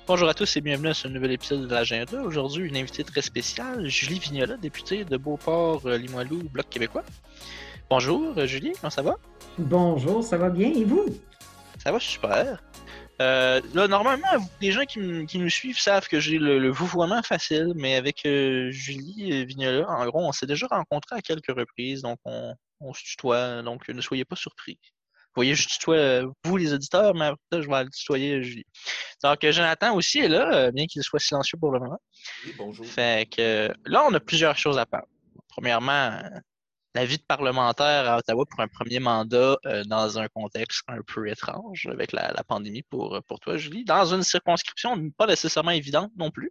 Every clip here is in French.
Bonjour à tous et bienvenue à ce nouvel épisode de l'Agenda. Aujourd'hui, une invitée très spéciale, Julie Vignola, députée de Beauport-Limoilou, Bloc québécois. Bonjour Julie, comment ça va? Bonjour, ça va bien? Et vous? Ça va super. Là, normalement, les gens qui nous suivent savent que j'ai le vouvoiement facile, mais avec Julie Vignola, en gros, on s'est déjà rencontrés à quelques reprises, donc on se tutoie, donc ne soyez pas surpris. Vous voyez, je tutoie vous les auditeurs, mais après, je vais aller tutoyer Julie. Donc, Jonathan aussi est là, bien qu'il soit silencieux pour le moment. Oui, bonjour. Fait que là, on a plusieurs choses à parler. Premièrement, la vie de parlementaire à Ottawa pour un premier mandat dans un contexte un peu étrange avec la pandémie pour toi, Julie, dans une circonscription pas nécessairement évidente non plus,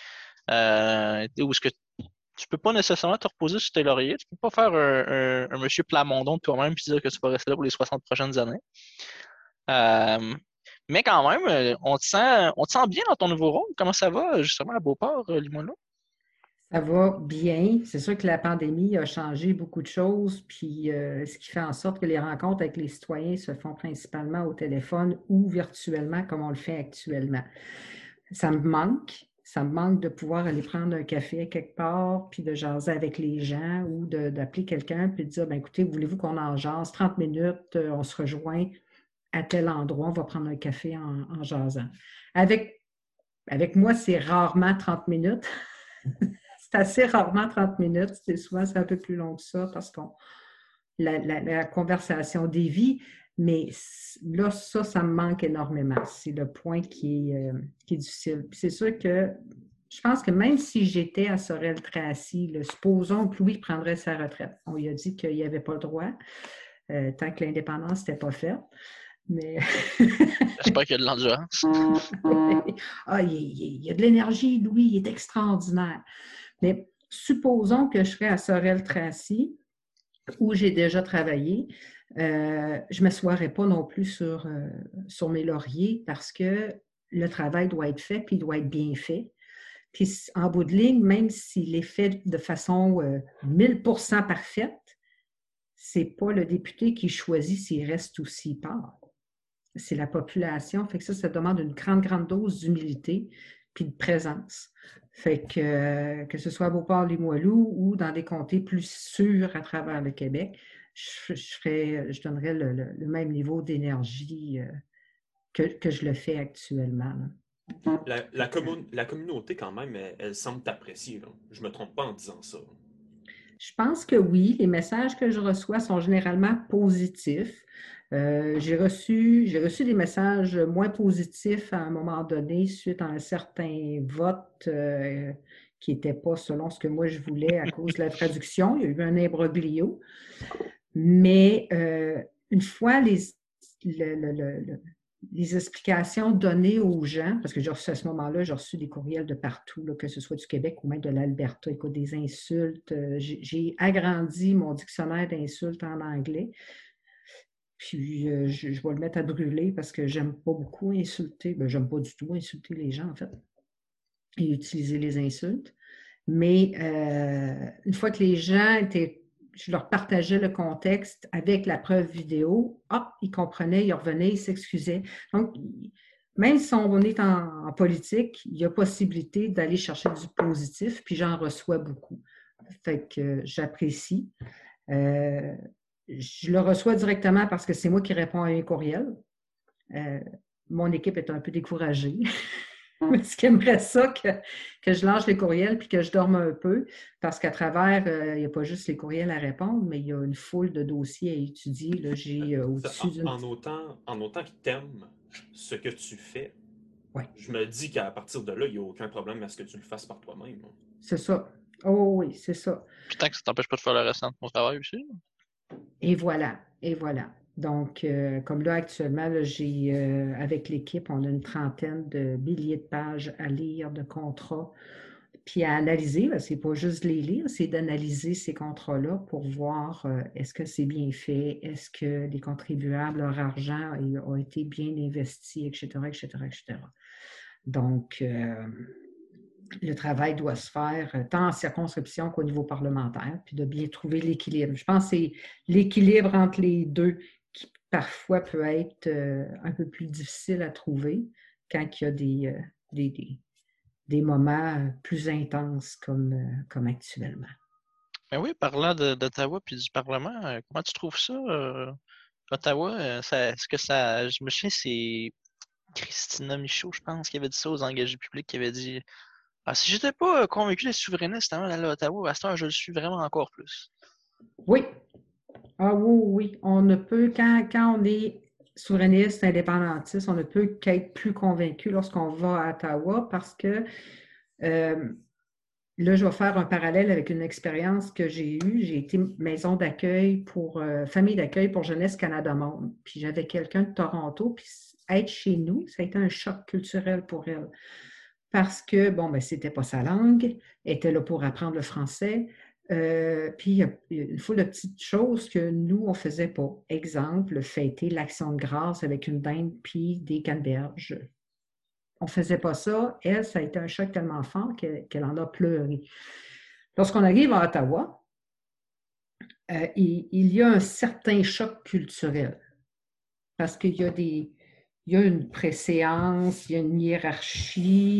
où est-ce que tu peux pas nécessairement te reposer sur tes lauriers, tu peux pas faire un monsieur Plamondon de toi-même et dire que tu vas rester là pour les 60 prochaines années. Euh, mais quand même, on te sent bien dans ton nouveau rôle. Comment ça va, justement, à Beauport, Limoilou? Ça va bien. C'est sûr que la pandémie a changé beaucoup de choses, puis ce qui fait en sorte que les rencontres avec les citoyens se font principalement au téléphone ou virtuellement, comme on le fait actuellement. Ça me manque. Ça me manque de pouvoir aller prendre un café quelque part, puis de jaser avec les gens ou d'appeler quelqu'un, puis de dire, ben, écoutez, voulez-vous qu'on en jase 30 minutes, on se rejoint à tel endroit, on va prendre un café en jasant. Avec moi, c'est rarement 30 minutes. C'est assez rarement 30 minutes. Souvent, c'est un peu plus long que ça parce que la conversation dévie. Mais là, ça me manque énormément. C'est le point qui est difficile. Puis c'est sûr que je pense que même si j'étais à Sorel-Tracy, supposons que Louis prendrait sa retraite. On lui a dit qu'il n'y avait pas le droit tant que l'indépendance n'était pas faite. Mais J'espère qu'il y a de l'endurance. ah, il y a de l'énergie, Louis, il est extraordinaire. Mais supposons que je serais à Sorel-Tracy, où j'ai déjà travaillé, je ne m'assoirais pas non plus sur mes lauriers parce que le travail doit être fait, puis il doit être bien fait. Puis en bout de ligne, même s'il est fait de façon 1000% parfaite, ce n'est pas le député qui choisit s'il reste ou s'il part. C'est la population. Fait que ça demande une grande, grande dose d'humilité puis de présence. Fait que ce soit à Beauport-Limoilou ou dans des comtés plus sûrs à travers le Québec, je donnerais le même niveau d'énergie que je le fais actuellement. La communauté, quand même, elle semble t'apprécier. Je ne me trompe pas en disant ça. Je pense que oui, les messages que je reçois sont généralement positifs. J'ai reçu des messages moins positifs à un moment donné suite à un certain vote qui n'était pas selon ce que moi je voulais à cause de la traduction. Il y a eu un imbroglio. Mais une fois les explications données aux gens, parce que j'ai reçu à ce moment-là, j'ai reçu des courriels de partout, là, que ce soit du Québec ou même de l'Alberta, écoute, des insultes. J'ai agrandi mon dictionnaire d'insultes en anglais. Puis je vais le mettre à brûler parce que j'aime pas beaucoup insulter. Ben, j'aime pas du tout insulter les gens, en fait, et utiliser les insultes. Mais une fois que les gens je leur partageais le contexte avec la preuve vidéo, ils comprenaient, ils revenaient, ils s'excusaient. Donc, même si on est en politique, il y a possibilité d'aller chercher du positif, puis j'en reçois beaucoup. Fait que j'apprécie. Je le reçois directement parce que c'est moi qui réponds à un courriel. Mon équipe est un peu découragée. Parce qu'elle aimerait ça que je lâche les courriels puis que je dorme un peu, parce qu'à travers, il n'y a pas juste les courriels à répondre, mais il y a une foule de dossiers à étudier. Là, j'ai au-dessus d'une... En autant qu'ils t'aiment ce que tu fais, Ouais, je me dis qu'à partir de là, il n'y a aucun problème à ce que tu le fasses par toi-même. c'est ça. Oh oui, c'est ça. Puis tant que ça t'empêche pas de faire le restant de ton travail aussi. Et voilà, et voilà. Donc, comme là, actuellement, là, avec l'équipe, on a une trentaine de milliers de pages à lire, de contrats, puis à analyser. C'est pas juste les lire, c'est d'analyser ces contrats-là pour voir est-ce que c'est bien fait, est-ce que les contribuables, leur argent a été bien investi, etc., etc., etc. Donc, le travail doit se faire tant en circonscription qu'au niveau parlementaire, puis de bien trouver l'équilibre. Je pense que c'est l'équilibre entre les deux qui parfois peut être un peu plus difficile à trouver quand il y a des moments plus intenses comme actuellement. Ben oui, parlant d'Ottawa puis du Parlement, comment tu trouves ça, Ottawa? Est-ce que ça. Je me souviens, c'est Christina Michaud, je pense, qui avait dit ça aux engagés publics, qui avait dit Ah, si j'étais pas convaincu des souverainistes avant d'aller à Ottawa, à ce temps, je le suis vraiment encore plus. Oui. Ah oui, oui. On ne peut, quand on est souverainiste, indépendantiste, on ne peut qu'être plus convaincu lorsqu'on va à Ottawa parce que là, je vais faire un parallèle avec une expérience que j'ai eue. J'ai été maison d'accueil pour famille d'accueil pour Jeunesse Canada Monde. Puis j'avais quelqu'un de Toronto, puis être chez nous, ça a été un choc culturel pour elle. Parce que, bon, ben, c'était pas sa langue, elle était là pour apprendre le français. Puis il y a une foule de petites choses que nous, on ne faisait pas. Exemple, fêter l'Action de grâce avec une dinde puis des canneberges. On ne faisait pas ça. Elle, ça a été un choc tellement fort qu'elle en a pleuré. Lorsqu'on arrive à Ottawa, il y a un certain choc culturel parce qu'il y a il y a une préséance, il y a une hiérarchie,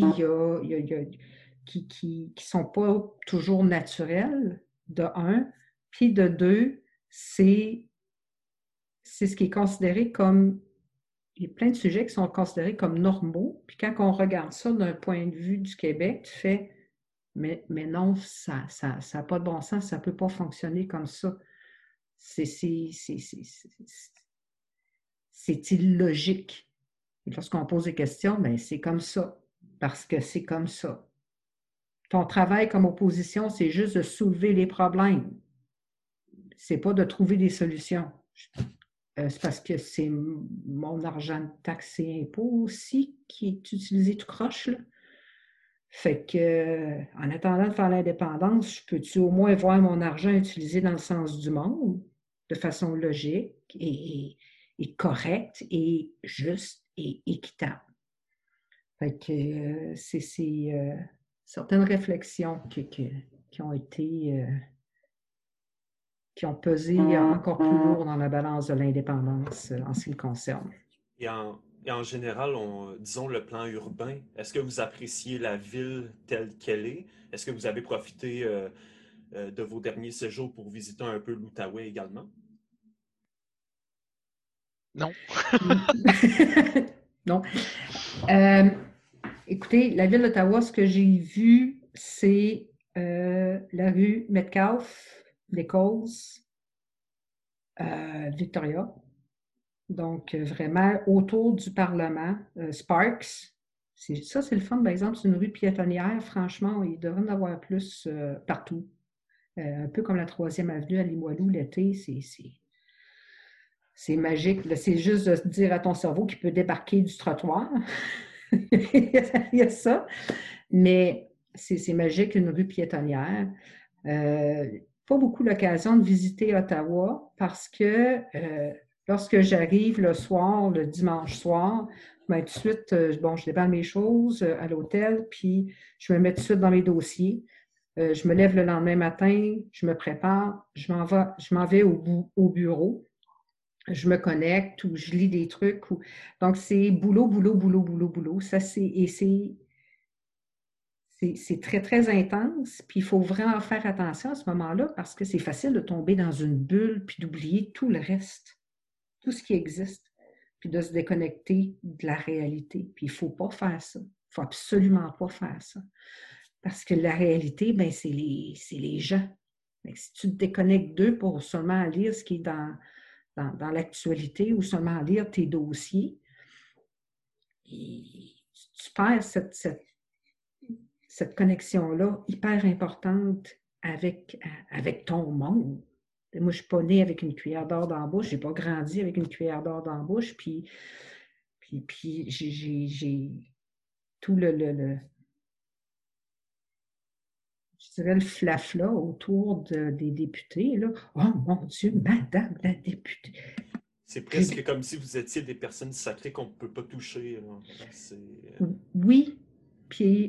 qui ne sont pas toujours naturelles, de un, puis de deux, c'est ce qui est considéré comme il y a plein de sujets qui sont considérés comme normaux. Puis quand on regarde ça d'un point de vue du Québec, tu fais, mais non, ça n'a pas de bon sens, ça ne peut pas fonctionner comme ça. C'est illogique. Et lorsqu'on pose des questions, bien, c'est comme ça, parce que c'est comme ça. Ton travail comme opposition, c'est juste de soulever les problèmes. C'est pas de trouver des solutions. C'est parce que c'est mon argent de taxes et impôts aussi qui est utilisé tout croche, là. Fait que, en attendant de faire l'indépendance, je peux-tu au moins voir mon argent utilisé dans le sens du monde, de façon logique et correcte et juste et équitable. Fait que c'est certaines réflexions qui ont été qui ont pesé encore plus lourd dans la balance de l'indépendance en ce qui me concerne. Et en général, disons le plan urbain, est-ce que vous appréciez la ville telle qu'elle est? Est-ce que vous avez profité de vos derniers séjours pour visiter un peu l'Outaouais également? Non. Non. Écoutez, la ville d'Ottawa, ce que j'ai vu, c'est la rue Metcalfe, l'Écosse, Victoria. Donc, vraiment, autour du Parlement, Sparks. Ça, c'est le fun, par exemple, c'est une rue piétonnière. Franchement, il devrait en avoir plus partout. Un peu comme la 3e avenue à Limoilou l'été, c'est magique. C'est juste de dire à ton cerveau qu'il peut débarquer du trottoir. Il y a ça. Mais c'est magique, une rue piétonnière. Pas beaucoup l'occasion de visiter Ottawa parce que lorsque j'arrive le soir, le dimanche soir, ben, tout de suite, bon, je déballe mes choses à l'hôtel, puis je me mets tout de suite dans mes dossiers. Je me lève le lendemain matin, je me prépare, je m'en vais au bureau, je me connecte ou je lis des trucs. Donc, c'est boulot, boulot, boulot, boulot, boulot. Ça, c'est très, très intense. Puis, il faut vraiment faire attention à ce moment-là parce que c'est facile de tomber dans une bulle puis d'oublier tout le reste, tout ce qui existe, puis de se déconnecter de la réalité. Puis, il ne faut pas faire ça. Il ne faut absolument pas faire ça. Parce que la réalité, ben, c'est les gens. Donc, si tu te déconnectes d'eux pour seulement lire ce qui est dans l'actualité ou seulement lire tes dossiers, et tu perds cette connexion-là hyper importante avec ton monde. Et moi, je ne suis pas née avec une cuillère d'or dans la bouche, je n'ai pas grandi avec une cuillère d'or dans la bouche, puis j'ai tout je dirais le flafla autour des députés. Là. Oh mon Dieu, Madame la députée! C'est presque comme si vous étiez des personnes sacrées qu'on ne peut pas toucher. Oui, puis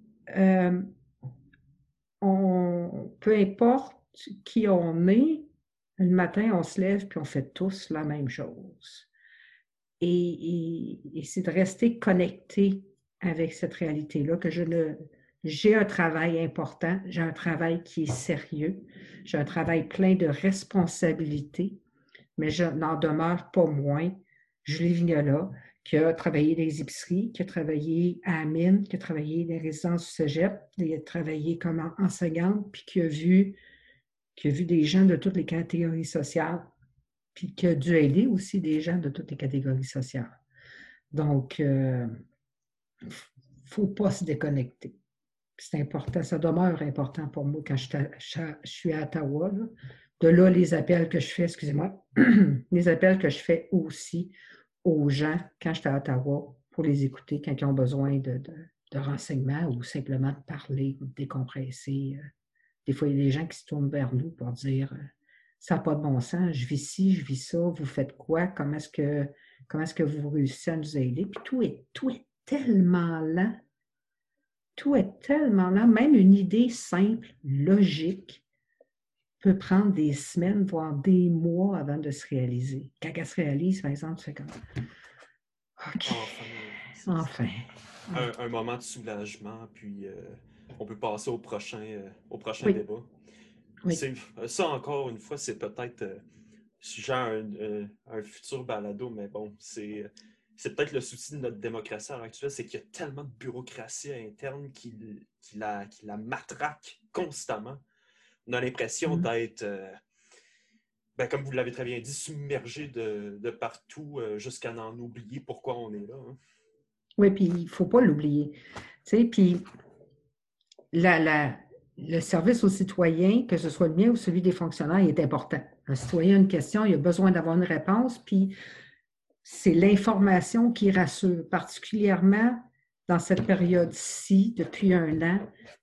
peu importe qui on est, le matin, on se lève puis on fait tous la même chose. Et c'est de rester connecté avec cette réalité-là, que j'ai un travail important, j'ai un travail qui est sérieux, j'ai un travail plein de responsabilités, mais je n'en demeure pas moins Julie Vignola, qui a travaillé dans les épiceries, qui a travaillé à la mine, qui a travaillé dans les résidences du cégep, qui a travaillé comme enseignante, puis qui a vu des gens de toutes les catégories sociales, puis qui a dû aider aussi des gens de toutes les catégories sociales. Donc, il ne faut pas se déconnecter. C'est important, ça demeure important pour moi quand je suis à Ottawa. Là. De là, les appels que je fais, excusez-moi, les appels que je fais aussi aux gens quand je suis à Ottawa pour les écouter quand ils ont besoin de renseignements ou simplement de parler, de décompresser. Des fois, il y a des gens qui se tournent vers nous pour dire ça n'a pas de bon sens, je vis ci, je vis ça, vous faites quoi, comment est-ce que vous réussissez à nous aider? Puis tout est tellement lent. Tout est tellement lent. Même une idée simple, logique, peut prendre des semaines, voire des mois avant de se réaliser. Quand elle se réalise, par exemple, c'est comme OK. Enfin. Un moment de soulagement, puis on peut passer au prochain Oui. débat. Oui. Ça, encore une fois, c'est peut-être sujet à un futur balado, mais bon, c'est peut-être le souci de notre démocratie à l'heure actuelle, c'est qu'il y a tellement de bureaucratie interne qui la matraque constamment. On a l'impression d'être, comme vous l'avez très bien dit, submergé de partout jusqu'à en oublier pourquoi on est là. Hein. Oui, puis il ne faut pas l'oublier. Tu sais, puis le service aux citoyens, que ce soit le mien ou celui des fonctionnaires, il est important. Un citoyen a une question, il a besoin d'avoir une réponse, puis c'est l'information qui rassure, particulièrement dans cette période-ci, depuis 1 an.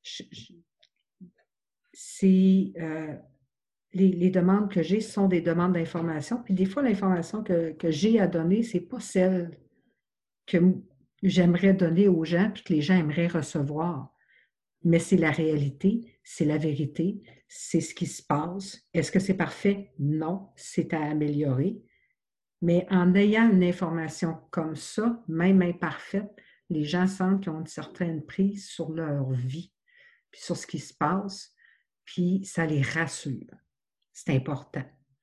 C'est les demandes que j'ai sont des demandes d'information, puis des fois, l'information que j'ai à donner, ce n'est pas celle que j'aimerais donner aux gens, puis que les gens aimeraient recevoir. Mais c'est la réalité, c'est la vérité, c'est ce qui se passe. Est-ce que c'est parfait? Non, c'est à améliorer. Mais en ayant une information comme ça, même imparfaite, les gens sentent qu'ils ont une certaine prise sur leur vie, puis sur ce qui se passe, puis ça les rassure. C'est important.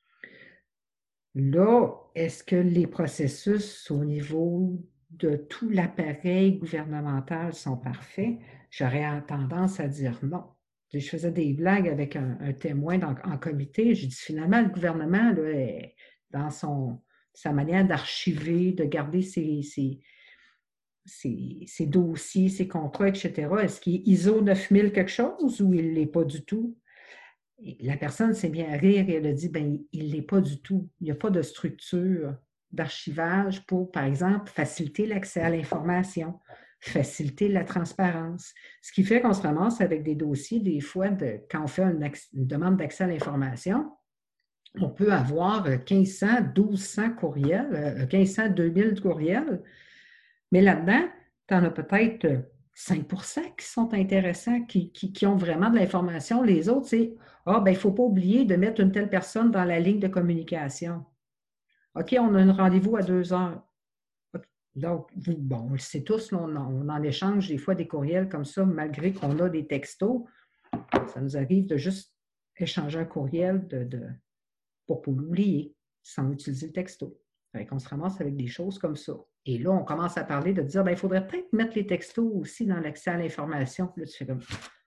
Là, est-ce que les processus au niveau de tout l'appareil gouvernemental sont parfaits? J'aurais tendance à dire non. Je faisais des blagues avec un témoin en comité. J'ai dit finalement, le gouvernement, là, dans sa manière d'archiver, de garder ses dossiers, ses contrats, etc., est-ce qu'il est ISO 9000 quelque chose ou il ne l'est pas du tout? Et la personne s'est bien à rire et elle a dit, il ne l'est pas du tout. Il n'y a pas de structure d'archivage pour, par exemple, faciliter l'accès à l'information, faciliter la transparence. Ce qui fait qu'on se ramasse avec des dossiers, des fois, quand on fait une demande d'accès à l'information, on peut avoir 1500, 1200 courriels, 1500, 2000 courriels, mais là-dedans, tu en as peut-être 5% qui sont intéressants, qui ont vraiment de l'information. Les autres, c'est il ne faut pas oublier de mettre une telle personne dans la ligne de communication. OK, on a un rendez-vous à 2 heures. Donc, on le sait tous, là, on en échange des fois des courriels comme ça, malgré qu'on a des textos. Ça nous arrive de juste échanger un courriel pour ne pas l'oublier, sans utiliser le texto. On se ramasse avec des choses comme ça. Et là, on commence à parler de dire, il faudrait peut-être mettre les textos aussi dans l'accès à l'information. Puis là, tu fais comme,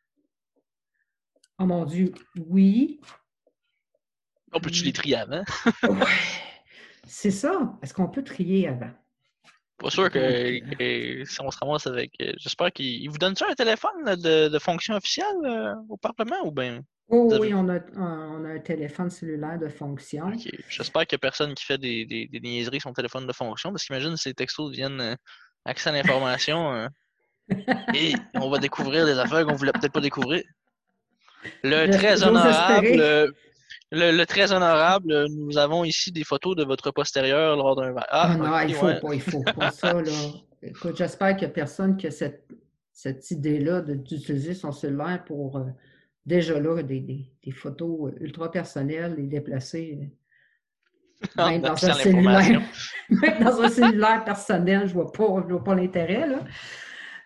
oh mon Dieu, oui. On peut-tu les trier avant? Ouais, c'est ça. Est-ce qu'on peut trier avant? Pas sûr que si on se ramasse avec... j'espère qu'il vous donne-tu un téléphone là, de fonction officielle au Parlement ou bien... Oh, oui, on a un téléphone cellulaire de fonction. OK. J'espère qu'il n'y a personne qui fait des niaiseries sur son téléphone de fonction, parce qu'imagine si les textos deviennent accès à l'information et on va découvrir des affaires qu'on ne voulait peut-être pas découvrir. Le très honorable, nous avons ici des photos de votre postérieur lors d'un... non, okay, il faut pas ça, là. Écoute, j'espère qu'il n'y a personne qui a cette idée-là d'utiliser son cellulaire pour... déjà là, des photos ultra personnelles et déplacées. Même dans un cellulaire. Même dans un cellulaire personnel, je ne vois pas l'intérêt. Là.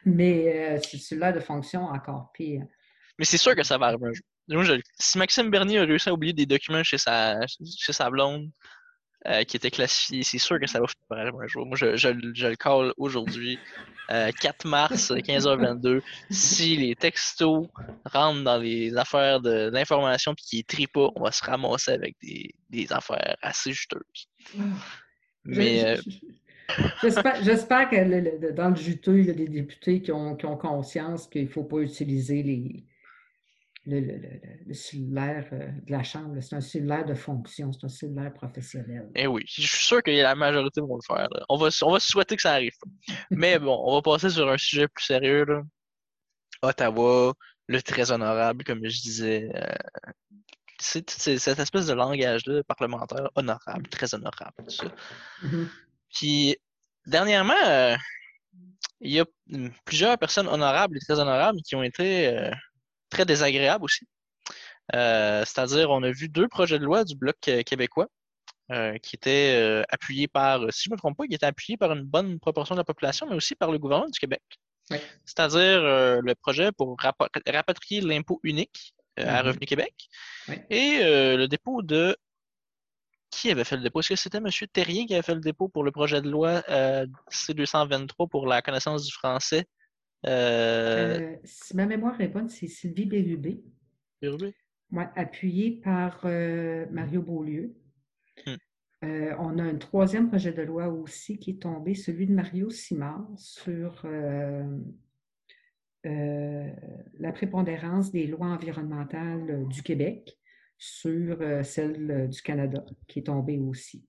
Mais cellulaire de fonction, encore pire. Mais c'est sûr que ça va arriver un jour. Si Maxime Bernier a réussi à oublier des documents chez sa blonde qui étaient classifiés, c'est sûr que ça va arriver un jour. Moi, je le call aujourd'hui, 4 mars, 15h22. Si les textos rentrent dans les affaires d'information puis qu'ils trient pas, on va se ramasser avec des affaires assez juteuses. Mais J'espère que dans le juteux, il y a des députés qui ont conscience qu'il ne faut pas utiliser le cellulaire de la Chambre. C'est un cellulaire de fonction, c'est un cellulaire professionnel. eh oui, je suis sûr que la majorité vont le faire. Là. On va souhaiter que ça arrive. Mais bon, on va passer sur un sujet plus sérieux. Là. Ottawa, le très honorable, comme je disais. C'est cette espèce de langage-là parlementaire honorable, très honorable. Tout ça. Puis, dernièrement, il y a plusieurs personnes honorables et très honorables qui ont été très désagréables aussi. C'est-à-dire, on a vu 2 projets de loi du Bloc québécois qui étaient appuyés par, si je ne me trompe pas, qui étaient appuyés par une bonne proportion de la population, mais aussi par le gouvernement du Québec. Oui. C'est-à-dire le projet pour rapatrier l'impôt unique à Revenu Québec et le dépôt de... Qui avait fait le dépôt? Est-ce que c'était M. Terrien qui avait fait le dépôt pour le projet de loi C-223 pour la connaissance du français? Si ma mémoire est bonne, c'est Sylvie Bérubé. Bérubé? Oui, appuyé par Mario Beaulieu. On a un 3e projet de loi aussi qui est tombé, celui de Mario Simard sur la prépondérance des lois environnementales du Québec sur celle du Canada, qui est tombée aussi,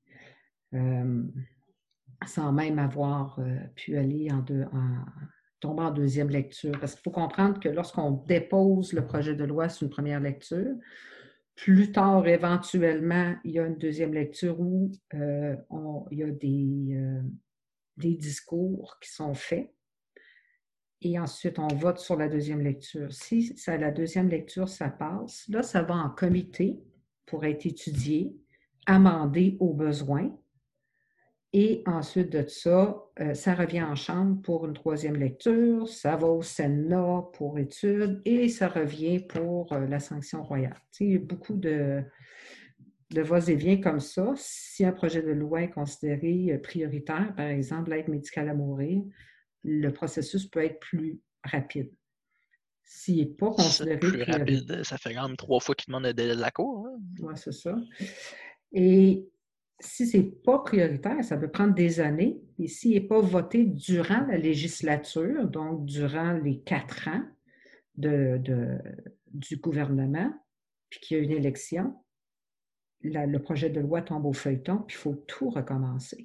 sans même avoir pu aller tomber en 2e lecture. Parce qu'il faut comprendre que lorsqu'on dépose le projet de loi sur une première lecture, plus tard, éventuellement, il y a une 2e lecture où il y a des discours qui sont faits et ensuite on vote sur la 2e lecture. Si la 2e lecture, ça passe, là, ça va en comité pour être étudié, amendé au besoin. Et ensuite de ça, ça revient en Chambre pour une 3e lecture, ça va au Sénat pour étude et ça revient pour la sanction royale. Tu sais, il y a beaucoup de va-et-vient comme ça. Si un projet de loi est considéré prioritaire, par exemple l'aide médicale à mourir, le processus peut être plus rapide. S'il n'est pas considéré plus rapide, ça fait quand même 3 fois qu'il demande le délai de la cour. Hein? Oui, c'est ça. Et si ce n'est pas prioritaire, ça peut prendre des années. Et s'il n'est pas voté durant la législature, donc durant les 4 ans du gouvernement, puis qu'il y a une élection, le projet de loi tombe au feuilleton, puis il faut tout recommencer.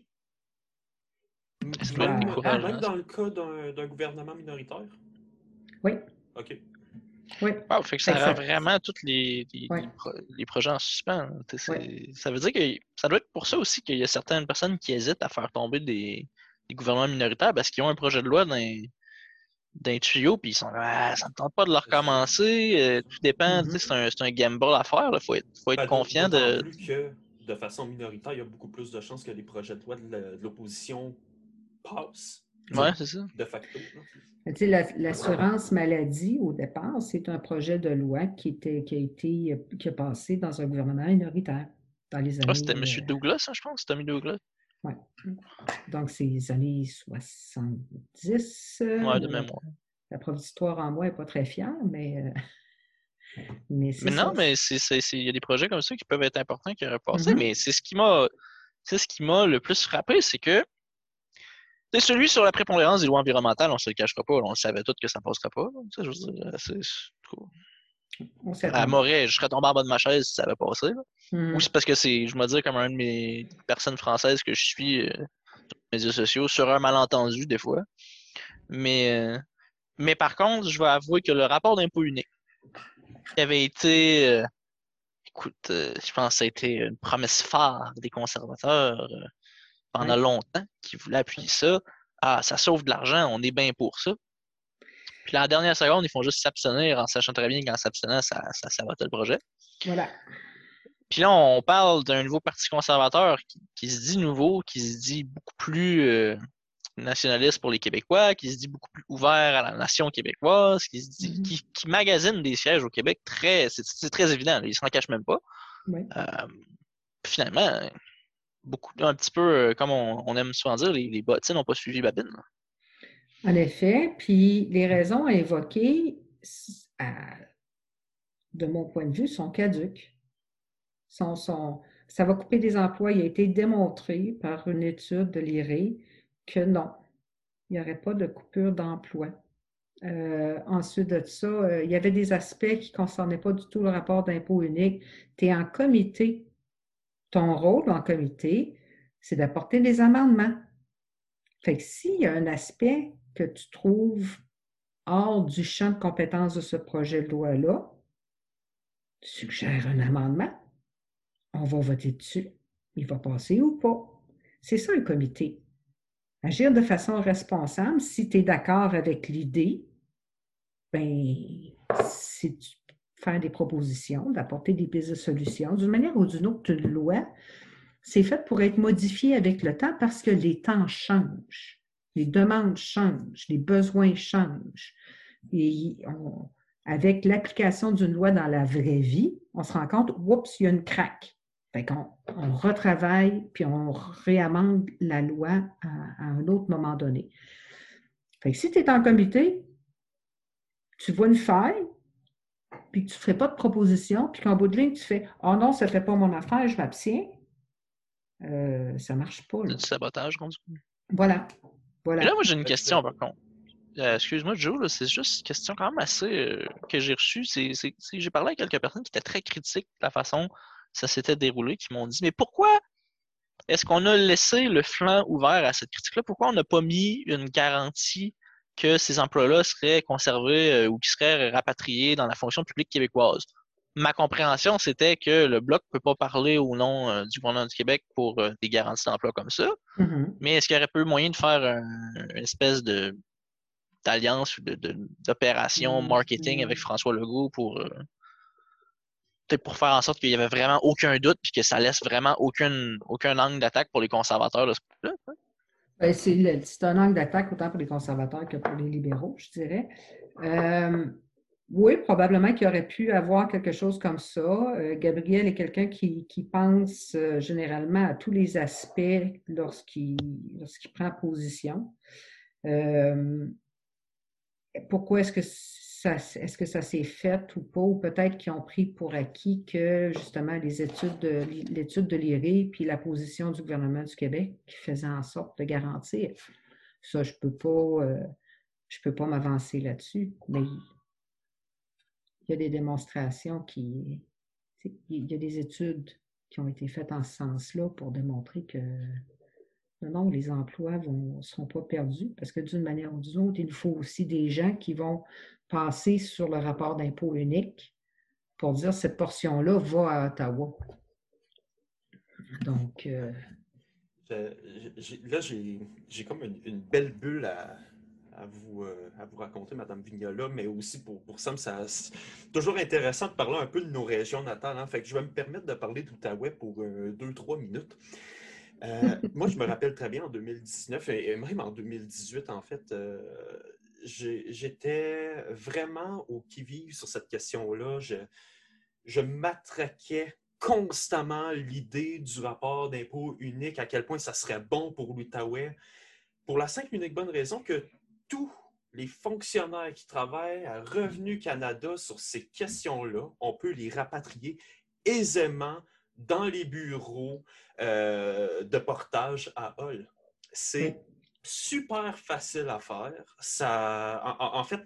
Même dans le cas d'un gouvernement minoritaire? Oui. OK. Oui. Wow, fait que ça rend vraiment tous les projets en suspens. Ça veut dire que ça doit être pour ça aussi qu'il y a certaines personnes qui hésitent à faire tomber des gouvernements minoritaires parce qu'ils ont un projet de loi d'un tuyau, puis ils sont là, ça ne me tente pas de le recommencer. Tout dépend, c'est un gamble à faire. Il faut être confiant de. Plus que de façon minoritaire, il y a beaucoup plus de chances que les projets de loi de l'opposition passent. Oui, c'est ça. De facto. Tu sais, l'assurance maladie, au départ, c'est un projet de loi qui a passé dans un gouvernement minoritaire dans les années... c'était M. Douglas, hein, je pense, Tommy Douglas. Oui. Donc, c'est les années 70. Oui, de mémoire. La prof d'histoire en moi n'est pas très fière, mais c'est non, ça. mais il y a des projets comme ça qui peuvent être importants qui auraient passé, mais c'est ce qui m'a le plus frappé, c'est que c'est celui sur la prépondérance des lois environnementales, on se le cachera pas, on le savait tous que ça passerait pas. Ça, je veux dire, à Moret, je serais tombé en bas de ma chaise si ça avait passé. Ou c'est parce que je me dis comme une de mes personnes françaises que je suis sur les médias sociaux, sur un malentendu des fois. Mais par contre, je vais avouer que le rapport d'impôt unique, qui avait été, écoute, je pense que ça a été une promesse phare des conservateurs pendant longtemps, qui voulaient appuyer ça. Ah, ça sauve de l'argent, on est bien pour ça. Puis la dernière seconde, ils font juste s'abstenir en sachant très bien qu'en s'abstenant, ça sabote le projet. Voilà. Puis là, on parle d'un nouveau parti conservateur qui se dit nouveau, qui se dit beaucoup plus nationaliste pour les Québécois, qui se dit beaucoup plus ouvert à la nation québécoise, qui se dit, qui magasine des sièges au Québec c'est très évident, là, il s'en cache même pas. Oui. Finalement, un petit peu comme on aime souvent dire, les bottines n'ont pas suivi Babine. Là. En effet, puis les raisons invoquées, de mon point de vue, sont caduques. Ça va couper des emplois. Il a été démontré par une étude de l'IRE que non, il n'y aurait pas de coupure d'emploi. Ensuite de ça, il y avait des aspects qui ne concernaient pas du tout le rapport d'impôt unique. Tu es en comité. Ton rôle en comité, c'est d'apporter des amendements. Fait que s'il y a un aspect que tu trouves hors du champ de compétences de ce projet de loi-là, tu suggères un amendement, on va voter dessus. Il va passer ou pas. C'est ça un comité. Agir de façon responsable, si tu es d'accord avec l'idée, ben, c'est faire des propositions, d'apporter des pistes de solutions. D'une manière ou d'une autre, une loi, c'est fait pour être modifié avec le temps parce que les temps changent, les demandes changent, les besoins changent. Et avec l'application d'une loi dans la vraie vie, on se rend compte, oups, il y a une craque. Fait qu'on retravaille puis on réamende la loi à un autre moment donné. Fait que si tu es en comité, tu vois une faille, puis que tu ne ferais pas de proposition, puis qu'en bout de ligne, tu fais « Oh non, ça ne fait pas mon affaire, je m'abstiens », ça ne marche pas. C'est Là. du sabotage, rendu. Voilà. Et là, moi, j'ai une question, par contre. Excuse-moi, Joe, là, c'est juste une question quand même assez que j'ai reçue. J'ai parlé à quelques personnes qui étaient très critiques de la façon ça s'était déroulé, qui m'ont dit « Mais pourquoi est-ce qu'on a laissé le flanc ouvert à cette critique-là? Pourquoi on n'a pas mis une garantie que ces emplois-là seraient conservés ou qui seraient rapatriés dans la fonction publique québécoise? » Ma compréhension, c'était que le Bloc ne peut pas parler au nom du gouvernement du Québec pour des garanties d'emploi comme ça. Mais est-ce qu'il y aurait pas eu moyen de faire une espèce d'alliance ou d'opération marketing avec François Legault pour peut-être pour faire en sorte qu'il y avait vraiment aucun doute puis que ça laisse vraiment aucun angle d'attaque pour les conservateurs de ce coup-là? Ben, c'est un angle d'attaque autant pour les conservateurs que pour les libéraux, je dirais. Oui, probablement qu'il aurait pu avoir quelque chose comme ça. Gabriel est quelqu'un qui pense généralement à tous les aspects lorsqu'il prend position. Pourquoi est-ce que ça s'est fait ou pas? Ou peut-être qu'ils ont pris pour acquis que justement l'étude de l'IRE puis la position du gouvernement du Québec qui faisait en sorte de garantir. Ça, je peux pas m'avancer là-dessus, mais il y a des démonstrations il y a des études qui ont été faites en ce sens-là pour démontrer que non, les emplois ne seront pas perdus parce que d'une manière ou d'une autre, il faut aussi des gens qui vont passer sur le rapport d'impôt unique pour dire cette portion-là va à Ottawa. Donc, là, j'ai comme une belle bulle à vous raconter, Madame Vignola, mais aussi pour Sam, c'est toujours intéressant de parler un peu de nos régions natales. Hein? Fait que je vais me permettre de parler d'Outaouais pour 2-3 minutes. Moi, je me rappelle très bien en 2019 et même en 2018, en fait, j'étais vraiment au qui-vive sur cette question-là. Je matraquais constamment l'idée du rapport d'impôt unique, à quel point ça serait bon pour l'Outaouais, pour la simple et unique bonne raison que tous les fonctionnaires qui travaillent à Revenu Canada sur ces questions-là, on peut les rapatrier aisément dans les bureaux de portage à Hull. C'est super facile à faire. En fait,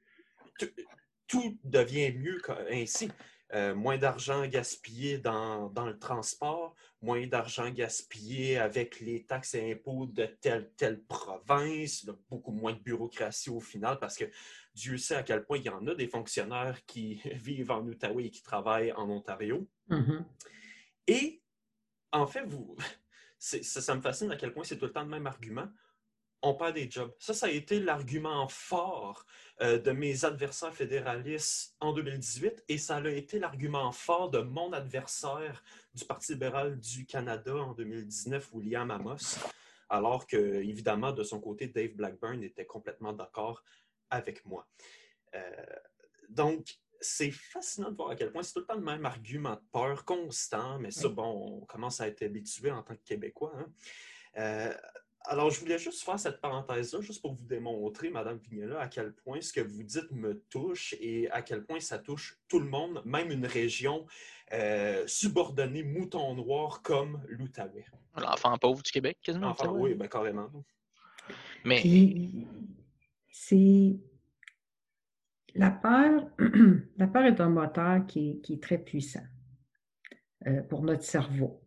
tout devient mieux ainsi. Moins d'argent gaspillé dans le transport, moins d'argent gaspillé avec les taxes et impôts de telle province, là, beaucoup moins de bureaucratie au final, parce que Dieu sait à quel point il y en a des fonctionnaires qui vivent en Outaouais et qui travaillent en Ontario. Et en fait, ça me fascine à quel point c'est tout le temps le même argument. On perd des jobs. Ça a été l'argument fort de mes adversaires fédéralistes en 2018 et ça a été l'argument fort de mon adversaire du Parti libéral du Canada en 2019, William Amos, alors que, évidemment, de son côté, Dave Blackburn était complètement d'accord avec moi. Donc, c'est fascinant de voir à quel point c'est tout le temps le même argument de peur constant, mais ça, bon, on commence à être habitué en tant que Québécois. Hein? Alors, je voulais juste faire cette parenthèse-là, juste pour vous démontrer, Madame Vignola, à quel point ce que vous dites me touche et à quel point ça touche tout le monde, même une région subordonnée mouton noir comme l'Outaouais. L'enfant pauvre du Québec, quasiment. Enfin, oui, ben, carrément. Mais Puis, c'est... La peur, la peur est un moteur qui est très puissant pour notre cerveau.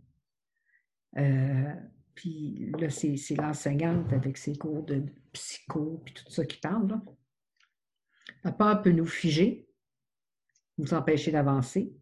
Puis là, c'est l'enseignante avec ses cours de psycho puis tout ça qui parle. Là. La peur peut nous figer, nous empêcher d'avancer.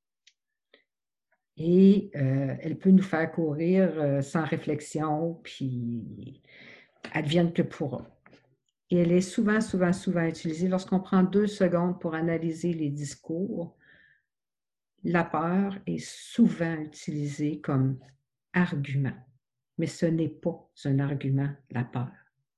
Et elle peut nous faire courir sans réflexion, puis advienne que pourra. Et elle est souvent utilisée lorsqu'on prend 2 secondes pour analyser les discours. La peur est souvent utilisée comme argument, mais ce n'est pas un argument, la peur.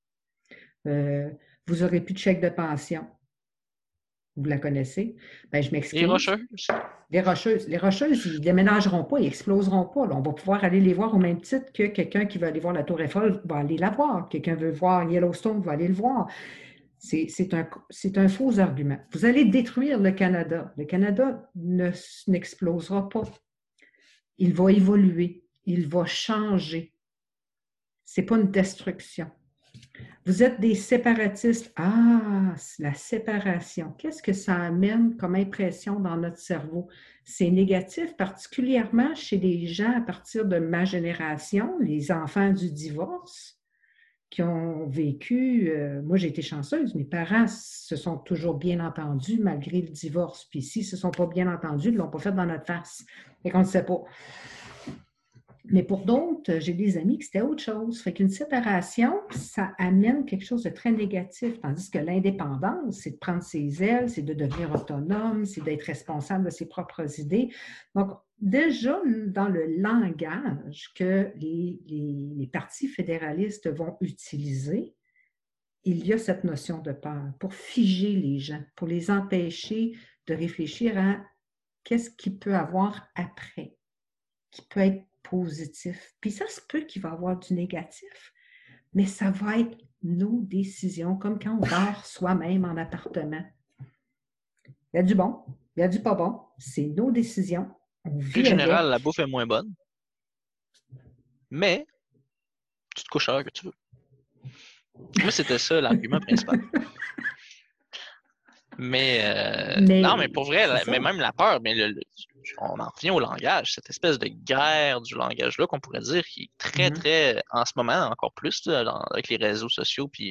Vous n'aurez plus de chèque de pension. Vous la connaissez? Bien, je m'excuse. les Rocheuses. Les Rocheuses, ils ne déménageront pas, ils n'exploseront pas. Là. On va pouvoir aller les voir au même titre que quelqu'un qui veut aller voir la Tour Eiffel va aller la voir. Quelqu'un veut voir Yellowstone va aller le voir. C'est un faux argument. Vous allez détruire le Canada. Le Canada n'explosera pas. Il va évoluer. Il va changer. Ce n'est pas une destruction. Vous êtes des séparatistes. Ah, la séparation. Qu'est-ce que ça amène comme impression dans notre cerveau? C'est négatif, particulièrement chez les gens à partir de ma génération, les enfants du divorce, qui ont vécu, moi j'ai été chanceuse, mes parents se sont toujours bien entendus malgré le divorce. Puis s'ils ne se sont pas bien entendus, ils ne l'ont pas fait dans notre face. Fait qu'on ne sait pas. Mais pour d'autres, j'ai des amis que c'était autre chose. Fait qu'une séparation, ça amène quelque chose de très négatif, tandis que l'indépendance, c'est de prendre ses ailes, c'est de devenir autonome, c'est d'être responsable de ses propres idées. Donc, déjà, dans le langage que les partis fédéralistes vont utiliser, il y a cette notion de peur pour figer les gens, pour les empêcher de réfléchir à qu'est-ce qu'il peut avoir après, qui peut être positif. Puis ça se peut qu'il va y avoir du négatif, mais ça va être nos décisions, comme quand on dort soi-même en appartement. Il y a du bon, il y a du pas bon. C'est nos décisions. On vit en général, avec. la bouffe est moins bonne. Mais tu te couches à l'heure que tu veux. Moi, c'était ça l'argument principal. Mais non, mais pour vrai, mais même la peur, mais on en revient au langage, cette espèce de guerre du langage-là qu'on pourrait dire qui est très, très, en ce moment, encore plus, là, avec les réseaux sociaux puis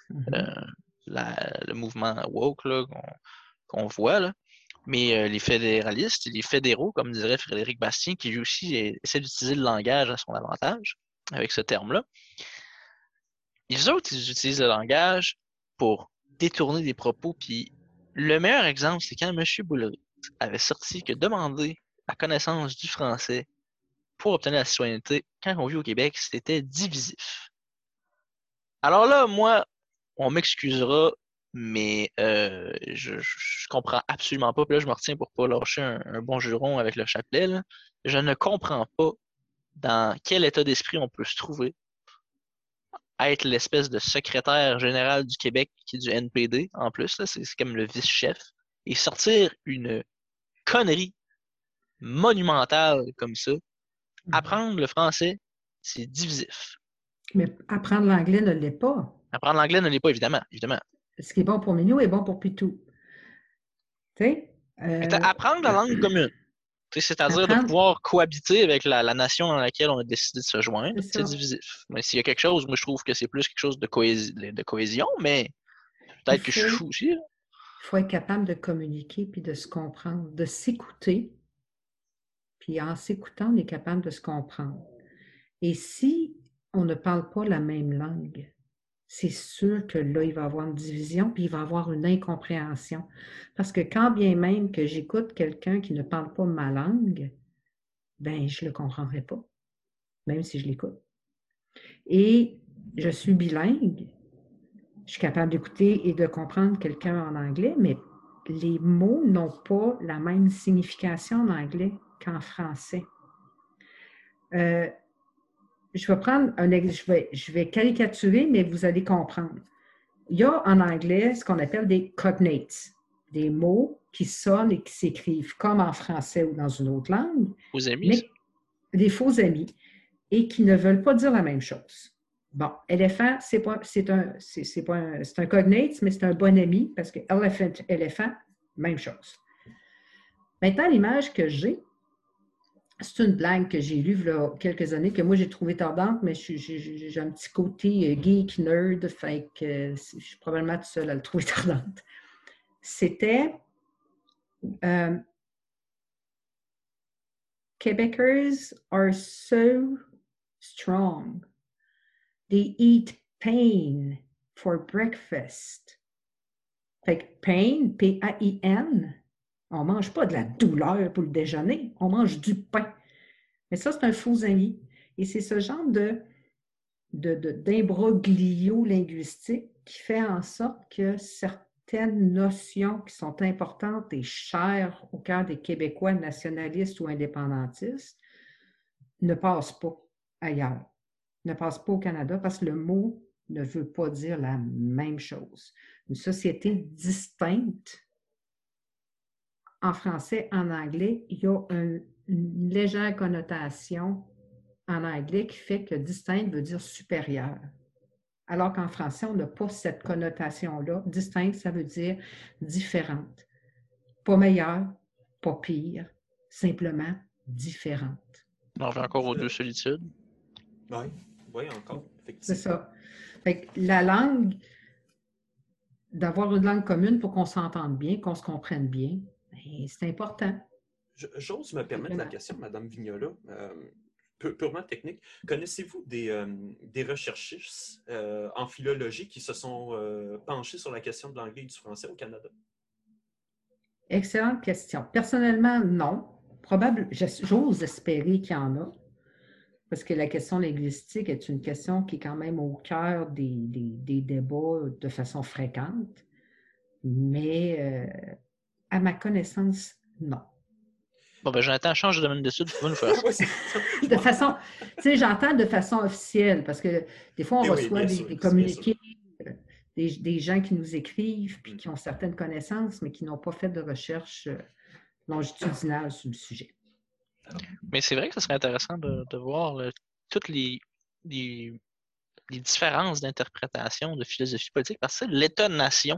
le mouvement woke là, qu'on voit, là. Mais les fédéralistes, les fédéraux, comme dirait Frédéric Bastien, qui lui aussi essaie d'utiliser le langage à son avantage, avec ce terme-là, ils utilisent le langage pour détourner des propos, puis le meilleur exemple, c'est quand M. Boulay avait sorti que demander la connaissance du français pour obtenir la citoyenneté, quand on vit au Québec, c'était divisif. Alors là, moi, on m'excusera, mais je comprends absolument pas. Puis là, je me retiens pour pas lâcher un bon juron avec le chapelet. Là. Je ne comprends pas dans quel état d'esprit on peut se trouver être l'espèce de secrétaire général du Québec qui est du NPD en plus, là, c'est comme le vice-chef, et sortir une connerie monumentale comme ça. Apprendre le français, c'est divisif. Mais apprendre l'anglais ne l'est pas. Apprendre l'anglais ne l'est pas, évidemment. Ce qui est bon pour Minou est bon pour Pitou. Tu sais? Apprendre la langue commune. C'est-à-dire de pouvoir cohabiter avec la nation dans laquelle on a décidé de se joindre, c'est divisif. Mais s'il y a quelque chose, moi je trouve que c'est plus quelque chose de cohésion, mais peut-être que je suis fou aussi. Il faut être capable de communiquer puis de se comprendre, de s'écouter. Puis en s'écoutant, on est capable de se comprendre. Et si on ne parle pas la même langue, c'est sûr que là, il va y avoir une division, puis il va y avoir une incompréhension. Parce que quand bien même que j'écoute quelqu'un qui ne parle pas ma langue, ben je ne le comprendrai pas, même si je l'écoute. Et je suis bilingue. Je suis capable d'écouter et de comprendre quelqu'un en anglais, mais les mots n'ont pas la même signification en anglais qu'en français. Je vais prendre je vais caricaturer, mais vous allez comprendre. Il y a en anglais ce qu'on appelle des cognates, des mots qui sonnent et qui s'écrivent comme en français ou dans une autre langue, Aux amis, mais des faux amis et qui ne veulent pas dire la même chose. Bon, éléphant, c'est un cognate, mais c'est un bon ami parce que elephant, éléphant, même chose. Maintenant, l'image que j'ai, c'est une blague que j'ai lue il y a quelques années, que moi j'ai trouvée tordante, mais j'ai un petit côté geek, nerd, fait que je suis probablement toute seule à le trouver tordante. C'était Quebecers are so strong. They eat pain for breakfast. Fait que pain, P-A-I-N, on ne mange pas de la douleur pour le déjeuner, on mange du pain. Mais ça, c'est un faux ami. Et c'est ce genre d'imbroglio linguistique qui fait en sorte que certaines notions qui sont importantes et chères au cœur des Québécois nationalistes ou indépendantistes ne passent pas ailleurs, ne passent pas au Canada parce que le mot ne veut pas dire la même chose. Une société distincte, en français, en anglais, il y a une légère connotation en anglais qui fait que distinct veut dire supérieur. Alors qu'en français, on n'a pas cette connotation-là. Distinct, ça veut dire différente. Pas meilleure, pas pire, simplement différente. on revient encore aux deux solitudes. Oui, encore, effectivement. C'est ça. Fait que la langue, d'avoir une langue commune pour qu'on s'entende bien, qu'on se comprenne bien, c'est important. J'ose me permettre la question, Madame Vignola, purement technique. Connaissez-vous des recherchistes en philologie qui se sont penchés sur la question de l'anglais et du français au Canada? Excellente question. Personnellement, non. J'ose espérer qu'il y en a, parce que la question linguistique est une question qui est quand même au cœur des débats de façon fréquente. Mais à ma connaissance, non. Bon, ben Jonathan, change de domaine d'études, tu vas nous faire ça. De façon, tu sais, j'entends de façon officielle, parce que des fois, on reçoit des communiqués, des gens qui nous écrivent, puis qui ont certaines connaissances, mais qui n'ont pas fait de recherche longitudinale sur le sujet. Mais c'est vrai que ce serait intéressant de voir toutes les différences d'interprétation de philosophie politique, parce que l'État-nation,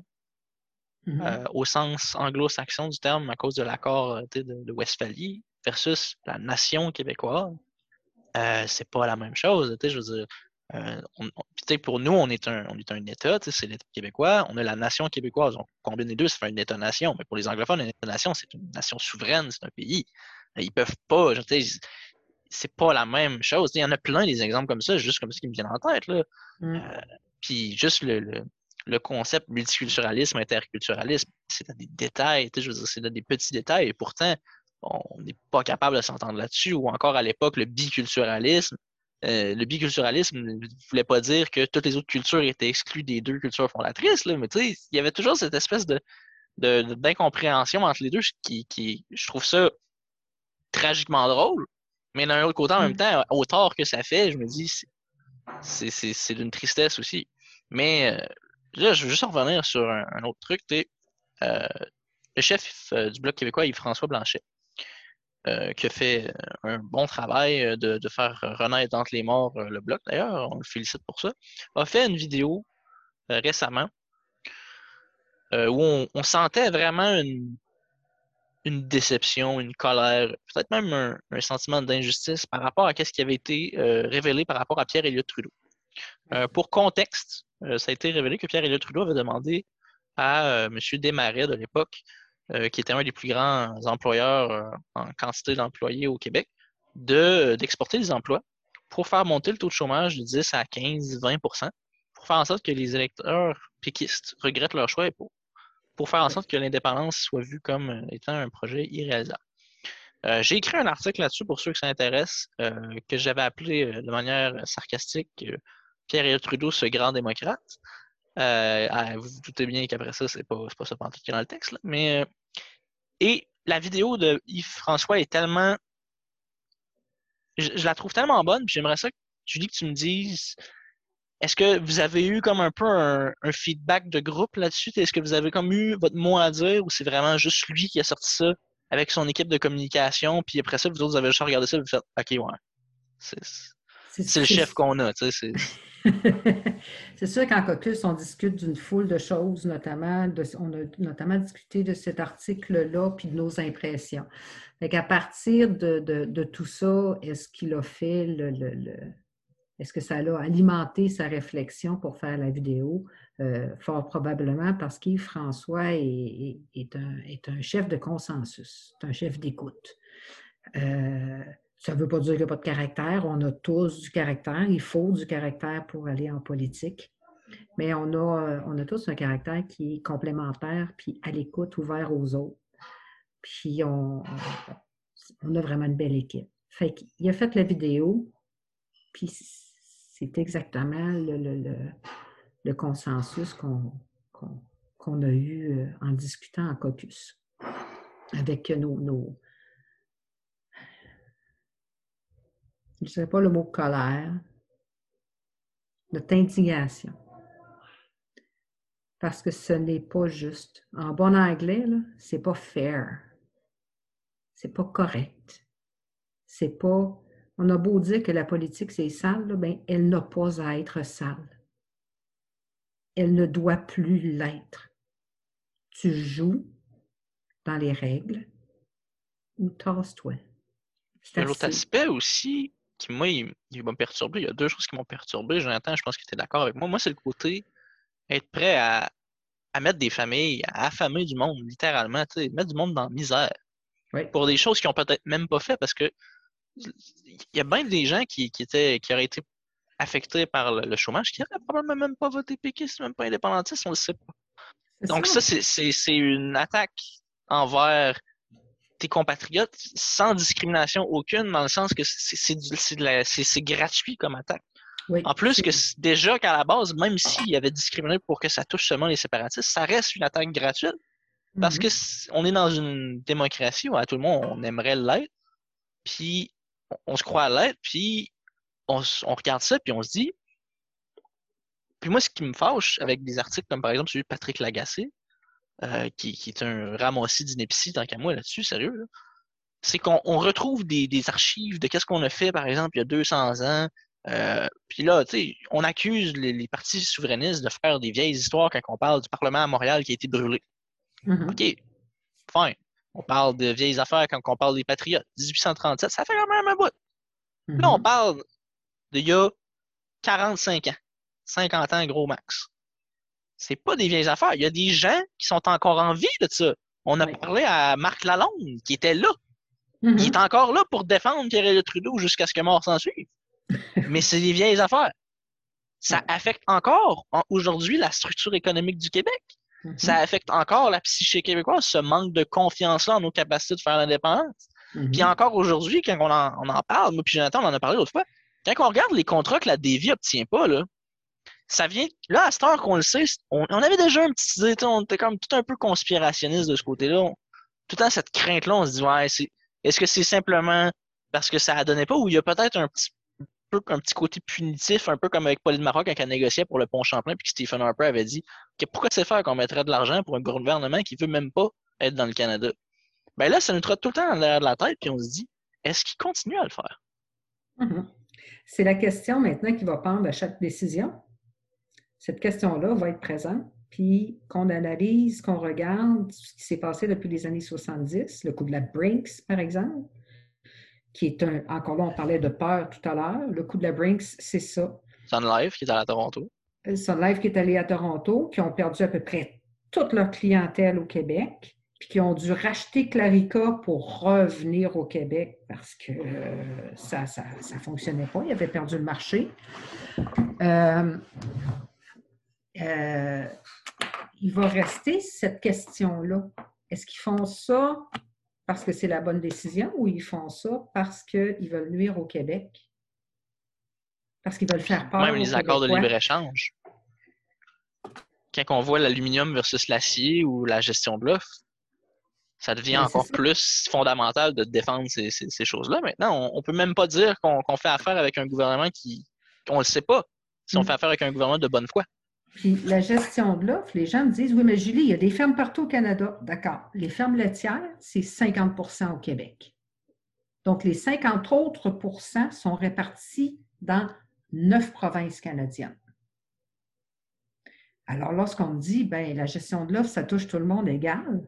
au sens anglo-saxon du terme, à cause de l'accord de Westphalie, versus la nation québécoise, c'est pas la même chose. Je veux dire, pour nous, on est un État, c'est l'État québécois, on a la nation québécoise, on combine les deux, ça fait une État-nation. Mais pour les anglophones, une État-nation, c'est une nation souveraine, c'est un pays. Ils peuvent pas, c'est pas la même chose. Il y en a plein des exemples comme ça, juste comme ça qui me viennent en tête. Là. Puis juste le concept multiculturalisme, interculturalisme, c'est dans des détails, je veux dire, c'est dans des petits détails, et pourtant, on n'est pas capable de s'entendre là-dessus, ou encore à l'époque, le biculturalisme. Le biculturalisme ne voulait pas dire que toutes les autres cultures étaient exclues des deux cultures fondatrices, là, mais tu sais, il y avait toujours cette espèce d'incompréhension entre les deux je trouve ça tragiquement drôle, mais d'un autre côté, en même temps, au tort que ça fait, je me dis, c'est d'une tristesse aussi. Mais là, je veux juste revenir sur un autre truc. Le chef du Bloc québécois, Yves-François Blanchet, qui a fait un bon travail de faire renaître entre les morts le Bloc, d'ailleurs, on le félicite pour ça, a fait une vidéo récemment où on sentait vraiment une déception, une colère, peut-être même un sentiment d'injustice par rapport à ce qui avait été révélé par rapport à Pierre-Éliott Trudeau. Pour contexte, ça a été révélé que Pierre-Éliott Trudeau avait demandé à M. Desmarais de l'époque, qui était un des plus grands employeurs en quantité d'employés au Québec, d'exporter des emplois pour faire monter le taux de chômage de 10 à 15-20 pour faire en sorte que les électeurs péquistes regrettent leur choix et pour faire en sorte que l'indépendance soit vue comme étant un projet irréalisable. J'ai écrit un article là-dessus pour ceux que ça intéresse, que j'avais appelé de manière sarcastique Pierre-Éliott Trudeau, ce grand démocrate. Vous vous doutez bien qu'après ça, c'est pas ça pantoute qui est dans le texte, là. Mais et la vidéo de Yves-François est tellement. Je la trouve tellement bonne, puis j'aimerais ça, Julie, que tu me dises. Est-ce que vous avez eu comme un peu un feedback de groupe là-dessus? Est-ce que vous avez comme eu votre mot à dire ou c'est vraiment juste lui qui a sorti ça avec son équipe de communication, puis après ça, vous autres, vous avez juste regardé ça et vous faites OK, ouais. C'est le chef qu'on a, tu sais. C'est sûr qu'en caucus, on discute d'une foule de choses, notamment, on a notamment discuté de cet article-là puis de nos impressions. Fait qu'à partir de tout ça, est-ce qu'il a fait est-ce que ça a alimenté sa réflexion pour faire la vidéo? Fort probablement parce qu'Yves-François est un chef de consensus, c'est un chef d'écoute. Ça ne veut pas dire qu'il n'y a pas de caractère. On a tous du caractère. Il faut du caractère pour aller en politique. Mais on a tous un caractère qui est complémentaire, puis à l'écoute, ouvert aux autres. Puis on a vraiment une belle équipe. Fait qu'il a fait la vidéo, puis c'est exactement le consensus qu'on a eu en discutant en caucus avec nos je ne sais pas le mot colère, notre indignation. Parce que ce n'est pas juste. En bon anglais, c'est pas fair. C'est pas correct. C'est pas. On a beau dire que la politique, c'est sale, là, ben, elle n'a pas à être sale. Elle ne doit plus l'être. Tu joues dans les règles ou tasse-toi. Il y a l'autre aspect aussi qui, moi, il m'a perturbé. Il y a deux choses qui m'ont perturbé. Jonathan, je pense que tu es d'accord avec moi. Moi, c'est le côté être prêt à mettre des familles, à affamer du monde, littéralement, mettre du monde dans la misère. Oui. Pour des choses qu'ils n'ont peut-être même pas fait parce que il y a bien des gens qui auraient été affectés par le chômage qui n'auraient probablement même pas voté péquiste, même pas indépendantiste, on le sait pas. Donc ça, c'est une attaque envers tes compatriotes sans discrimination aucune, dans le sens que c'est gratuit comme attaque. Oui, en plus que déjà qu'à la base, même s'il y avait discriminé pour que ça touche seulement les séparatistes, ça reste une attaque gratuite. Parce que on est dans une démocratie où à tout le monde, on aimerait l'être, puis on se croit à l'être, puis on regarde ça, puis on se dit. Puis moi, ce qui me fâche avec des articles comme par exemple celui de Patrick Lagacé, qui est un ramassis d'inepties tant qu'à moi là-dessus, sérieux, là, c'est qu'on retrouve des archives de qu'est-ce qu'on a fait, par exemple, il y a 200 ans. Puis là, tu sais, on accuse les partis souverainistes de faire des vieilles histoires quand on parle du Parlement à Montréal qui a été brûlé. OK, fine. On parle de vieilles affaires quand on parle des Patriotes. 1837, ça fait quand même un bout. Là, on parle d'il y a 45 ans. 50 ans, gros max. C'est pas des vieilles affaires. Il y a des gens qui sont encore en vie de ça. On a parlé à Marc Lalonde, qui était là. Il est encore là pour défendre Pierre-Éliott Trudeau jusqu'à ce que mort s'en suive. Mais c'est des vieilles affaires. Ça affecte encore aujourd'hui la structure économique du Québec. Ça affecte encore la psyché québécoise, ce manque de confiance-là en nos capacités de faire l'indépendance. Puis encore aujourd'hui, quand on en parle, moi puis Jonathan, on en a parlé l'autre fois, quand on regarde les contrats que la Dévie n'obtient pas, là, ça vient. Là, à cette heure qu'on le sait, on avait déjà un petit idée, on était comme tout un peu conspirationniste de ce côté-là. Tout le temps, cette crainte-là, on se dit, ouais, est-ce que c'est simplement parce que ça ne donnait pas ou il y a peut-être un petit côté punitif, un peu comme avec Pauline Maroc quand elle négociait pour le pont Champlain, puis que Stephen Harper avait dit que pourquoi c'est faire qu'on mettrait de l'argent pour un gouvernement qui ne veut même pas être dans le Canada? Ben là, ça nous trotte tout le temps dans l'air de la tête, puis on se dit, est-ce qu'il continue à le faire? C'est la question maintenant qui va prendre à chaque décision. Cette question-là va être présente, puis qu'on analyse, qu'on regarde ce qui s'est passé depuis les années 70, le coup de la Brinks, par exemple, qui est encore là, on parlait de peur tout à l'heure. Le coup de la Brinks, c'est ça. Sun Life, qui est allé à Toronto. Sun Life, qui est allé à Toronto, qui ont perdu à peu près toute leur clientèle au Québec, puis qui ont dû racheter Clarica pour revenir au Québec parce que ça ne fonctionnait pas. Ils avaient perdu le marché. Il va rester cette question-là. Est-ce qu'ils font ça parce que c'est la bonne décision ou ils font ça parce qu'ils veulent nuire au Québec? Parce qu'ils veulent faire peur Même aux les accords de Québécois? libre-échange. Quand on voit l'aluminium versus l'acier ou la gestion de l'offre, ça devient Ben, c'est encore ça. plus fondamental de défendre ces choses-là. Maintenant, on peut même pas dire qu'on fait affaire avec un gouvernement qu'on le sait pas, si on fait affaire avec un gouvernement de bonne foi. Puis la gestion de l'offre, les gens me disent, oui, mais Julie, il y a des fermes partout au Canada. D'accord. Les fermes laitières, c'est 50 au Québec. Donc, les 50 autres pourcents sont répartis dans 9 provinces canadiennes. Alors, lorsqu'on me dit, ben la gestion de l'offre, ça touche tout le monde égal.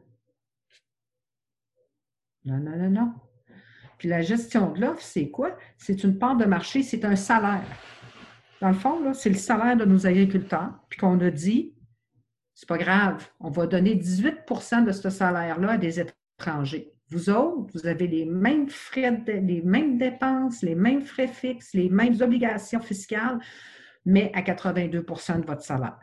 Non, non, non, non. Puis la gestion de l'offre, c'est quoi? C'est une part de marché, c'est un salaire. Dans le fond, là, c'est le salaire de nos agriculteurs, puis qu'on a dit, c'est pas grave, on va donner 18 de ce salaire-là à des étrangers. Vous autres, vous avez les mêmes frais, les mêmes dépenses, les mêmes frais fixes, les mêmes obligations fiscales, mais à 82 de votre salaire.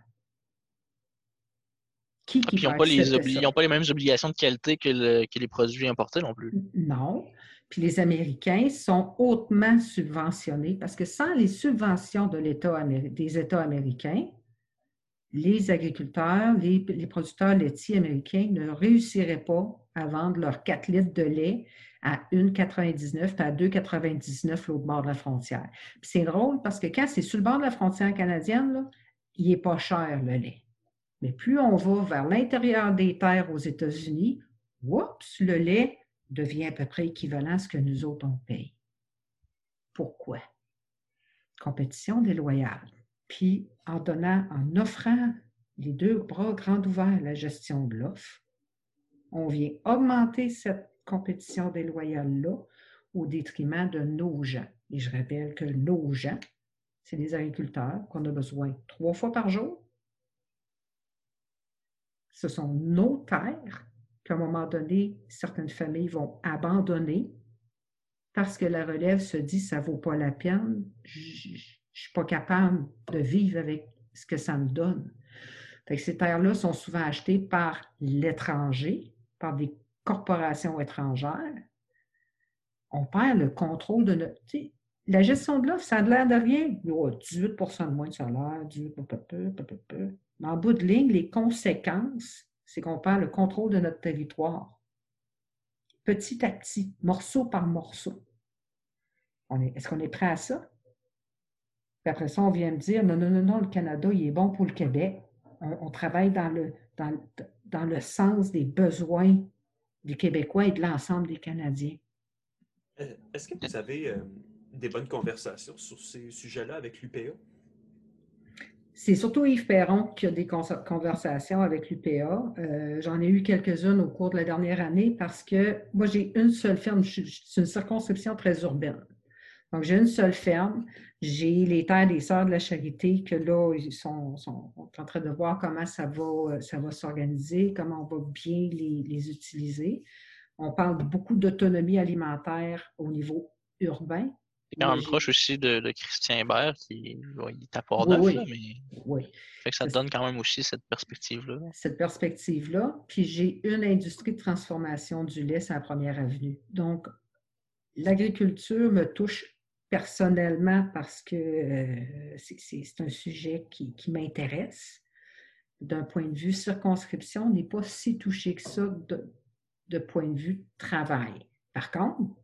Qui Puis va accepter ça? ils n'ont pas les mêmes obligations de qualité que les produits importés non plus. Non. Puis les Américains sont hautement subventionnés parce que sans les subventions des États américains, les agriculteurs, les producteurs laitiers américains ne réussiraient pas à vendre leurs 4 litres de lait à 1,99 et à 2,99 l'autre bord de la frontière. Puis c'est drôle parce que quand c'est sur le bord de la frontière canadienne, là, il n'est pas cher le lait. Mais plus on va vers l'intérieur des terres aux États-Unis, oups, le lait devient à peu près équivalent à ce que nous autres on paye. Pourquoi? Compétition déloyale. Puis en offrant les deux bras grands ouverts la gestion de l'offre, on vient augmenter cette compétition déloyale-là au détriment de nos gens. Et je rappelle que nos gens, c'est les agriculteurs qu'on a besoin 3 fois par jour. Ce sont nos terres qu'à un moment donné, certaines familles vont abandonner parce que la relève se dit ça ne vaut pas la peine, je ne suis pas capable de vivre avec ce que ça me donne. Fait que ces terres-là sont souvent achetées par l'étranger, par des corporations étrangères. On perd le contrôle de notre... La gestion de l'offre, ça a l'air de rien. Oh, 18 de moins de salaire, 18 peu. Mais en bout de ligne, les conséquences, c'est qu'on perd le contrôle de notre territoire. Petit à petit, morceau par morceau. Est-ce qu'on est prêt à ça? Puis après ça, on vient me dire, non, le Canada, il est bon pour le Québec. On travaille dans le sens des besoins des Québécois et de l'ensemble des Canadiens. Est-ce que vous avez des bonnes conversations sur ces sujets-là avec l'UPA? C'est surtout Yves Perron qui a des conversations avec l'UPA. J'en ai eu quelques-unes au cours de la dernière année parce que moi, j'ai une seule ferme. C'est une circonscription très urbaine. Donc, j'ai une seule ferme. J'ai les terres des Sœurs de la Charité que là, ils sont en train de voir comment ça va s'organiser, comment on va bien les utiliser. On parle beaucoup d'autonomie alimentaire au niveau urbain. C'est quand même proche aussi de Christian Hébert qui est à Oui, Port-Neuf, oui. Fait que ça te donne quand même aussi cette perspective-là. Cette perspective-là. Puis j'ai une industrie de transformation du lait sur la Première Avenue. Donc, l'agriculture me touche personnellement parce que c'est un sujet qui m'intéresse. D'un point de vue circonscription, on n'est pas si touché que ça de point de vue travail. Par contre,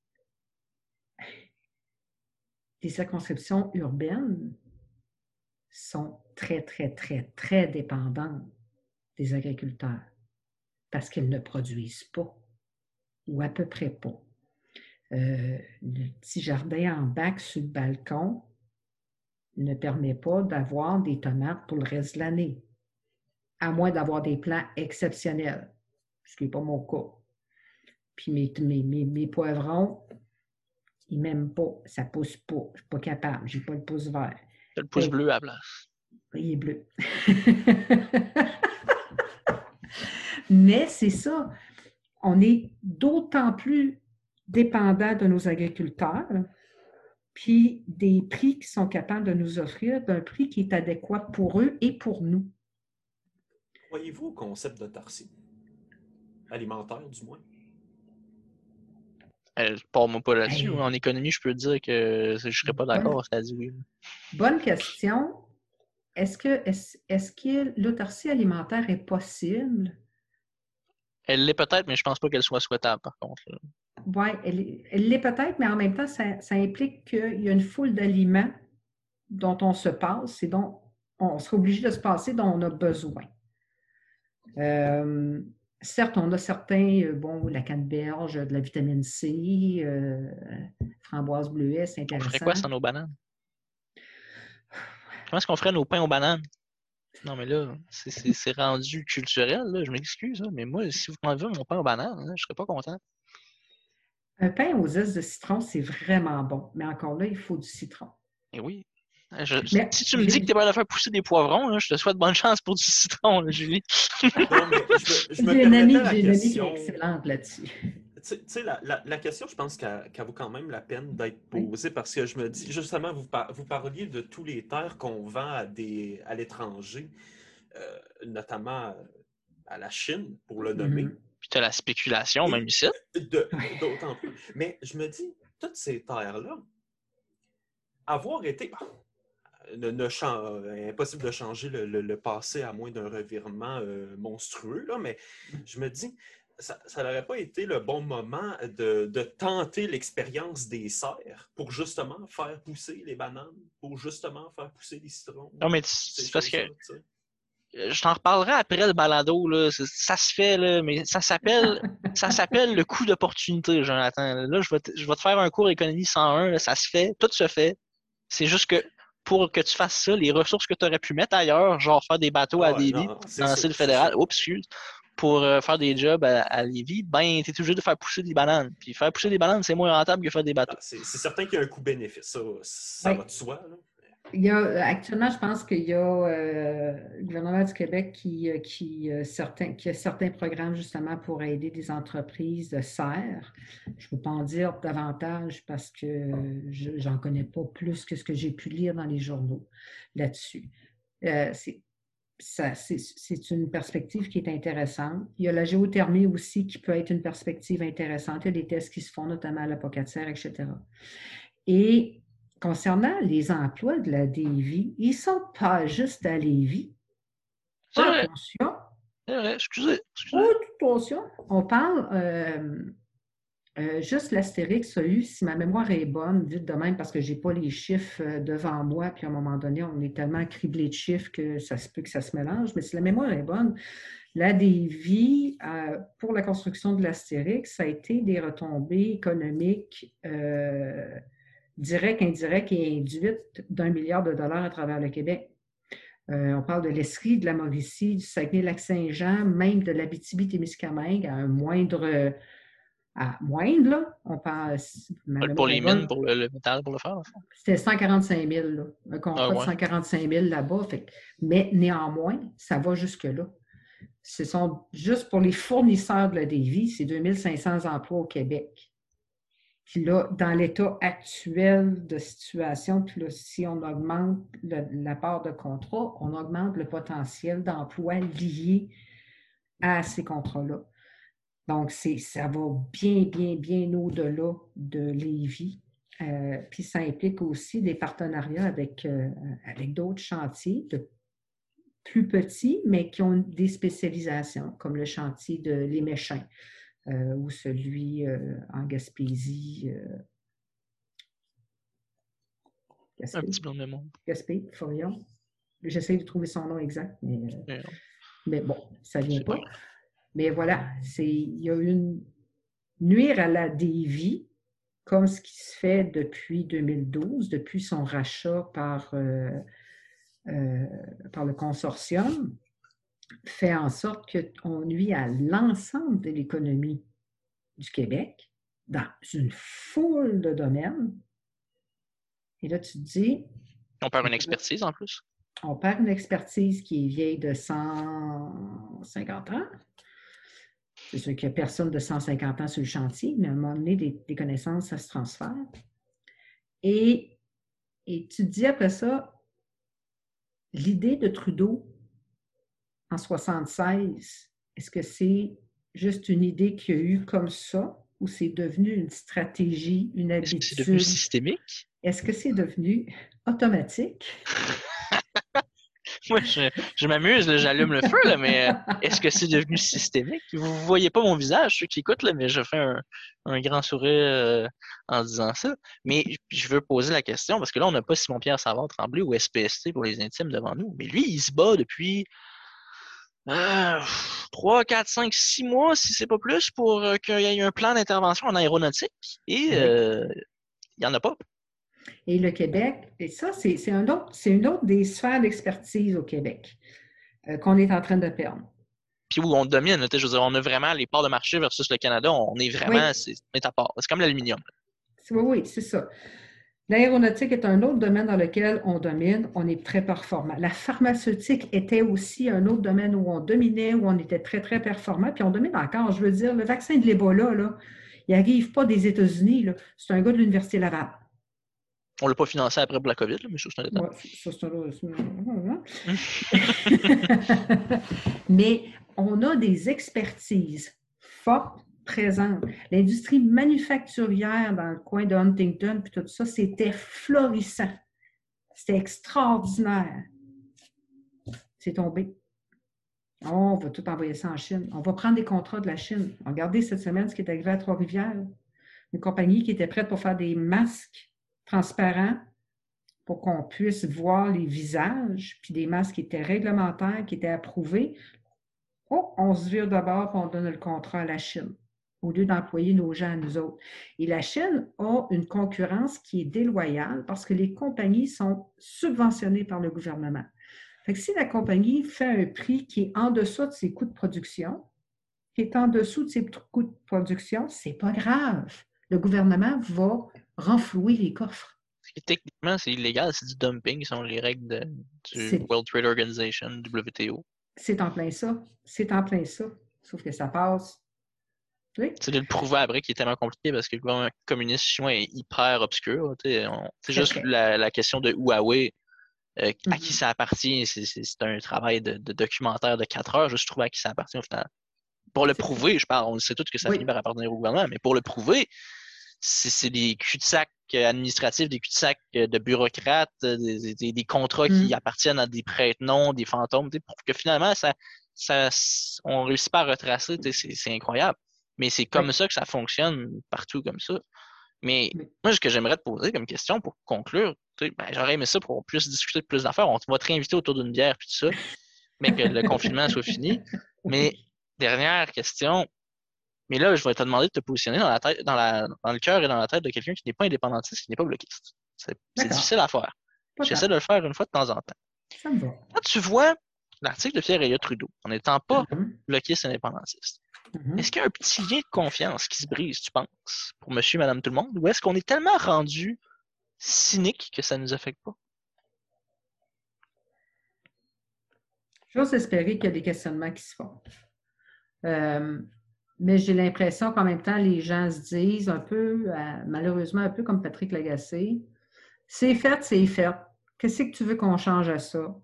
les circonscriptions urbaines sont très, très, très, très dépendantes des agriculteurs parce qu'ils ne produisent pas ou à peu près pas. Le petit jardin en bac sur le balcon ne permet pas d'avoir des tomates pour le reste de l'année, à moins d'avoir des plants exceptionnels, ce qui n'est pas mon cas. Puis mes poivrons, ils m'aiment pas, ça pousse pas, je ne suis pas capable, je n'ai pas le pouce vert. T'as le pouce bleu à la place. Il est bleu. Mais c'est ça, on est d'autant plus dépendant de nos agriculteurs, puis des prix qui sont capables de nous offrir, d'un prix qui est adéquat pour eux et pour nous. Croyez-vous au concept d'autarcie? Alimentaire, du moins? Parle-moi pas là-dessus. Hey, En économie, je peux te dire que je serais pas bonne, d'accord si t'as dit oui. bonne question. Est-ce que l'autarcie alimentaire est possible? Elle l'est peut-être, mais je pense pas qu'elle soit souhaitable, par contre. Là. Oui, elle l'est peut-être, mais en même temps, ça implique qu'il y a une foule d'aliments dont on se passe et dont on sera obligé de se passer, dont on a besoin. Certes, on a certains, bon, la canneberge, de la vitamine C, framboise bleuet, c'est On ferait quoi intéressant. sans nos bananes? Comment est-ce qu'on ferait nos pains aux bananes? Non, mais là, c'est rendu culturel, là. Je m'excuse, là, mais moi, si vous m'enlevez mon pain aux bananes, là, je serais pas content. Un pain aux zestes de citron, c'est vraiment bon, mais encore là, il faut du citron. Et oui. Mais Si tu me dis que tu es pas de faire pousser des poivrons, là, je te souhaite bonne chance pour du citron, là, Julie. Non, mais je me j'ai une amie, permettais la j'ai une amie qui est question. excellente là-dessus. Tu sais, la question, je pense qu'elle vaut quand même la peine d'être Oui. posée parce que je me dis, justement, vous parliez de tous les terres qu'on vend à l'étranger, notamment à la Chine, pour le nommer. Puis tu as la spéculation, même Et ici. d'autant plus. Mais je me dis, toutes ces terres-là, avoir été. Impossible de changer le passé à moins d'un revirement monstrueux, là, mais je me dis, ça n'aurait pas été le bon moment de tenter l'expérience des serres pour justement faire pousser les bananes, pour justement faire pousser les citrons, Non, mais ces c'est parce que choses-là, tu sais. je t'en reparlerai après le balado, là. Ça se fait, là, mais ça s'appelle le coût d'opportunité, Jonathan. Là, je vais te faire un cours économie 101, là, ça se fait, tout se fait. C'est juste que pour que tu fasses ça, les ressources que tu aurais pu mettre ailleurs, genre faire des bateaux à Ah ouais, Lévis, non, c'est dans le sûr, style c'est fédéral, sûr. oups, excuse, pour faire des jobs à Lévis, ben, t'es obligé de faire pousser des bananes. Puis faire pousser des bananes, c'est moins rentable que faire des bateaux. Ah, c'est certain qu'il y a un coût-bénéfice, ça Oui. va de soi, là. Actuellement, je pense qu'il y a le gouvernement du Québec qui a certains programmes justement pour aider des entreprises de serre. Je ne peux pas en dire davantage parce que je n'en connais pas plus que ce que j'ai pu lire dans les journaux là-dessus. C'est une perspective qui est intéressante. Il y a la géothermie aussi qui peut être une perspective intéressante. Il y a des tests qui se font, notamment à la Pocatière, etc. Et concernant les emplois de la DEVI, ils ne sont pas juste à Lévis. C'est vrai, Attention, c'est vrai, excusez. attention. On parle, juste l'Astérix a eu, si ma mémoire est bonne, vite de même, parce que je n'ai pas les chiffres devant moi, puis à un moment donné, on est tellement criblé de chiffres que ça se peut que ça se mélange, mais si la mémoire est bonne, la DEVI, pour la construction de l'Astérix, ça a été des retombées économiques directes, indirectes et induites d'1 milliard de dollars à travers le Québec. On parle de l'Estrie, de la Mauricie, du Saguenay-Lac-Saint-Jean, même de l'Abitibi-Témiscamingue à moindre, là. On parle, ma Pas pour mémoire est les mines, bonne, pour le métal, pour le fer, en fait. c'était 145 000, là, un Ah contrat de ouais. 145 000 là-bas. Mais néanmoins, ça va jusque-là. Ce sont juste pour les fournisseurs de la DEVI, c'est 2500 emplois au Québec. Puis là, dans l'état actuel de situation, puis là, si on augmente la part de contrat, on augmente le potentiel d'emploi lié à ces contrats-là. Donc, ça va bien, bien, bien au-delà de Lévis. Puis ça implique aussi des partenariats avec d'autres chantiers plus petits, mais qui ont des spécialisations, comme le chantier de Les Méchins ou celui en Gaspésie. Un petit blanc de mémoire. Gaspé, Forion. J'essaie de trouver son nom exact, mais bon, ça ne vient C'est pas pas. grave. Mais voilà, il y a nuire à la DEVI, comme ce qui se fait depuis 2012, depuis son rachat par le consortium, fait en sorte qu'on nuit à l'ensemble de l'économie du Québec dans une foule de domaines. Et là, tu te dis... On perd une expertise en plus. On perd une expertise qui est vieille de 150 ans. C'est sûr qu'il n'y a personne de 150 ans sur le chantier, mais à un moment donné, des connaissances, ça se transfère. Et tu te dis après ça, l'idée de Trudeau en 1976, est-ce que c'est juste une idée qu'il y a eu comme ça ou c'est devenu une stratégie, une Est-ce que c'est devenu habitude? systémique? Est-ce que c'est devenu automatique? Moi, je m'amuse, là, j'allume le feu, là, mais est-ce que c'est devenu systémique? Vous voyez pas mon visage, ceux qui écoutent, là, mais je fais un grand sourire en disant ça. Mais je veux poser la question, parce que là, on n'a pas Simon-Pierre Savard-Tremblay ou SPST pour les intimes devant nous. Mais lui, il se bat depuis 3, 4, 5, 6 mois, si c'est pas plus, pour qu'il y ait un plan d'intervention en aéronautique. Et Oui. il n'y en a pas. Et le Québec, et ça, c'est une autre des sphères d'expertise au Québec qu'on est en train de perdre. Puis où on domine, là, je veux dire, on a vraiment les parts de marché versus le Canada, on est vraiment, Oui, on est à part. C'est comme l'aluminium. oui, c'est ça. L'aéronautique est un autre domaine dans lequel on domine, on est très performant. La pharmaceutique était aussi un autre domaine où on dominait, où on était très, très performant, puis on domine encore. Je veux dire, le vaccin de l'Ebola, là, il n'arrive pas des États-Unis, là. C'est un gars de l'Université Laval. On l'a pas financé après pour la COVID, là, mais ça, c'est un détail. Ouais, ça, c'est Mais on a des expertises fortes, présentes. L'industrie manufacturière dans le coin de Huntington, puis tout ça, c'était florissant. C'était extraordinaire. C'est tombé. Oh, on va tout envoyer ça en Chine. On va prendre des contrats de la Chine. Regardez cette semaine ce qui est arrivé à Trois-Rivières. Une compagnie qui était prête pour faire des masques transparents pour qu'on puisse voir les visages, puis des masques qui étaient réglementaires, qui étaient approuvés. Oh, on se vire d'abord et on donne le contrat à la Chine, au lieu d'employer nos gens à nous autres. Et la Chine a une concurrence qui est déloyale parce que les compagnies sont subventionnées par le gouvernement. Fait que si la compagnie fait un prix qui est en dessous de ses coûts de production, qui est en dessous de ses coûts de production, c'est pas grave. Le gouvernement va renflouer les coffres. Techniquement, c'est illégal, c'est du dumping selon les règles du C'est World Trade Organization, WTO. c'est en plein ça. C'est en plein ça. Sauf que ça passe. Oui, C'est de le prouver après qui est tellement compliqué parce que le gouvernement communiste chinois est hyper obscur. C'est très, juste très. la question de Huawei, à qui Mhm. ça appartient. C'est un travail de documentaire de 4 heures, juste trouver à qui ça appartient au final. Pour le C'est ça. prouver, je parle, on sait tous que ça finit Oui. par appartenir au gouvernement, mais pour le prouver, c'est des cul-de-sac administratifs, des cul-de-sac de bureaucrates, des contrats qui Mhm. appartiennent à des prête-noms, des fantômes, pour que finalement, ça, on réussit pas à retracer, c'est incroyable. Mais c'est Oui. comme ça que ça fonctionne partout comme ça. Mais Oui. moi, ce que j'aimerais te poser comme question pour conclure, ben, j'aurais aimé ça pour qu'on puisse discuter de plus d'affaires. On va te réinviter autour d'une bière puis tout ça, mais que le confinement soit fini. Mais Oui. dernière question, mais là, je vais te demander de te positionner dans la tête, dans le cœur et dans la tête de quelqu'un qui n'est pas indépendantiste, qui n'est pas bloquiste. C'est D'accord. difficile à faire. Pas J'essaie tant. de le faire une fois de temps en temps. Ça me va. Quand tu vois l'article de Pierre-Éliott Trudeau, en n'étant pas Mhm. bloquiste indépendantiste, est-ce Mhm. qu'il y a un petit lien de confiance qui se brise, tu penses, pour monsieur, madame, tout le monde, ou est-ce qu'on est tellement rendu cynique que ça ne nous affecte pas? J'ose espérer qu'il y a des questionnements qui se font. Euh, mais j'ai l'impression qu'en même temps, les gens se disent un peu, malheureusement, un peu comme Patrick Lagacé, c'est fait, c'est fait. Qu'est-ce que tu veux qu'on change à ça?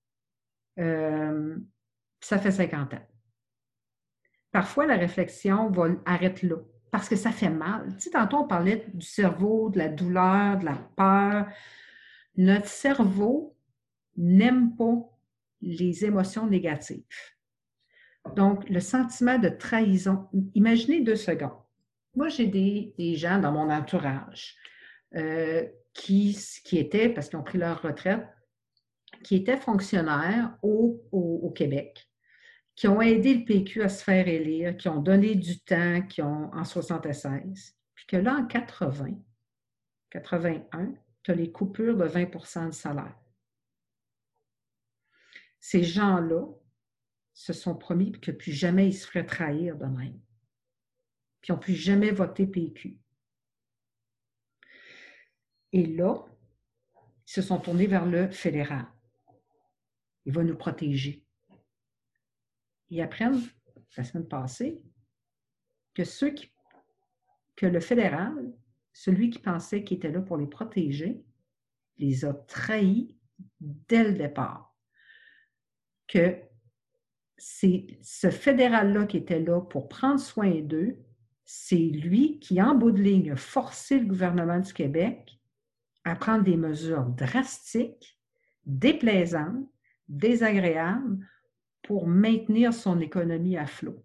Ça fait 50 ans. Parfois, la réflexion arrête là, parce que ça fait mal. Tu sais, tantôt, on parlait du cerveau, de la douleur, de la peur. Notre cerveau n'aime pas les émotions négatives. Donc, le sentiment de trahison, imaginez 2 secondes. Moi, j'ai des gens dans mon entourage qui étaient, parce qu'ils ont pris leur retraite, qui étaient fonctionnaires au Québec, qui ont aidé le PQ à se faire élire, qui ont donné du temps, en 76, puis que là, en 80, 81, tu as les coupures de 20 de salaire. Ces gens-là se sont promis que plus jamais ils se feraient trahir de même. Puis ils n'ont plus jamais voté PQ. Et là, ils se sont tournés vers le fédéral. Il va nous protéger. Ils apprennent, la semaine passée, que que le fédéral, celui qui pensait qu'il était là pour les protéger, les a trahis dès le départ. Que c'est ce fédéral-là qui était là pour prendre soin d'eux c'est lui qui, en bout de ligne, a forcé le gouvernement du Québec à prendre des mesures drastiques, déplaisantes, désagréables pour maintenir son économie à flot.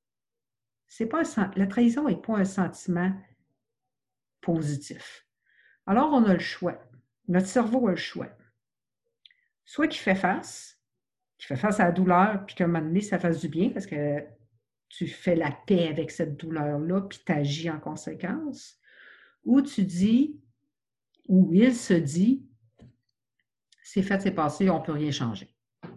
La trahison n'est pas un sentiment positif. Alors, on a le choix. Notre cerveau a le choix. Soit qu'il fait face à la douleur, puis qu'à un moment donné, ça fasse du bien parce que tu fais la paix avec cette douleur-là, puis tu agis en conséquence, ou tu dis, ou il se dit, c'est fait, c'est passé, on ne peut rien changer.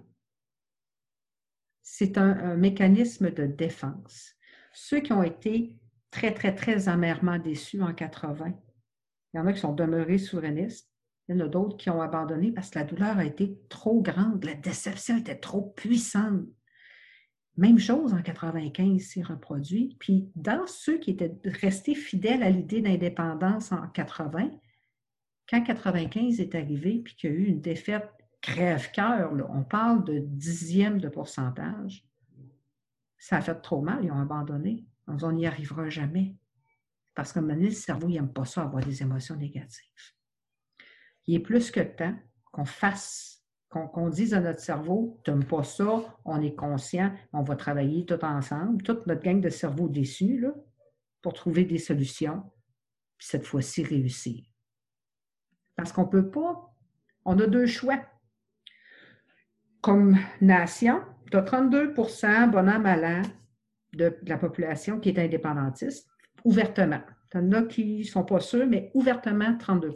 C'est un mécanisme de défense. Ceux qui ont été très, très, très amèrement déçus en 80, il y en a qui sont demeurés souverainistes, il y en a d'autres qui ont abandonné parce que la douleur a été trop grande, la déception était trop puissante. Même chose en 95 s'est reproduit. Puis dans ceux qui étaient restés fidèles à l'idée d'indépendance en 80, quand 95 est arrivé puis qu'il y a eu une défaite crève-cœur, on parle de dixième de pourcentage, ça a fait trop mal, ils ont abandonné. On n'y arrivera jamais. Parce qu'à un moment donné, le cerveau, il n'aime pas ça, avoir des émotions négatives. Il est plus que temps qu'on dise à notre cerveau, tu n'aimes pas ça, on est conscient, on va travailler tout ensemble, toute notre gang de cerveaux déçus, là, pour trouver des solutions, puis cette fois-ci réussir. Parce qu'on ne peut pas, on a deux choix. Comme nation, tu as 32 bon an, mal an, de la population qui est indépendantiste, ouvertement. Il y en a qui ne sont pas sûrs, mais ouvertement, 32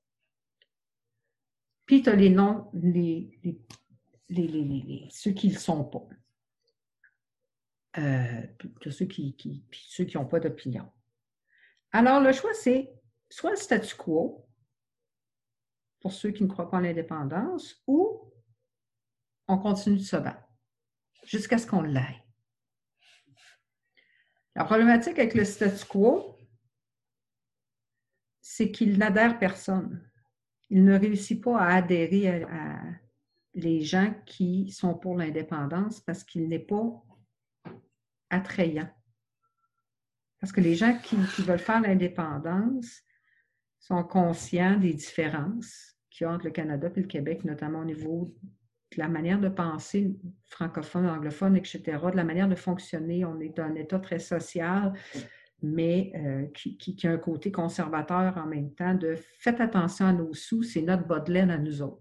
Puis tu as ceux qui ne le sont pas. Ceux qui n'ont pas d'opinion. Alors, le choix, c'est soit le statu quo, pour ceux qui ne croient pas en l'indépendance, ou on continue de se battre jusqu'à ce qu'on l'aille. La problématique avec le statu quo, c'est qu'il n'adhère personne. Il ne réussit pas à adhérer à les gens qui sont pour l'indépendance parce qu'il n'est pas attrayant. Parce que les gens qui veulent faire l'indépendance sont conscients des différences qu'il y a entre le Canada et le Québec, notamment au niveau de la manière de penser francophone, anglophone, etc., de la manière de fonctionner. On est un État très social, mais qui a un côté conservateur en même temps de « faites attention à nos sous, c'est notre bas de laine à nous autres ».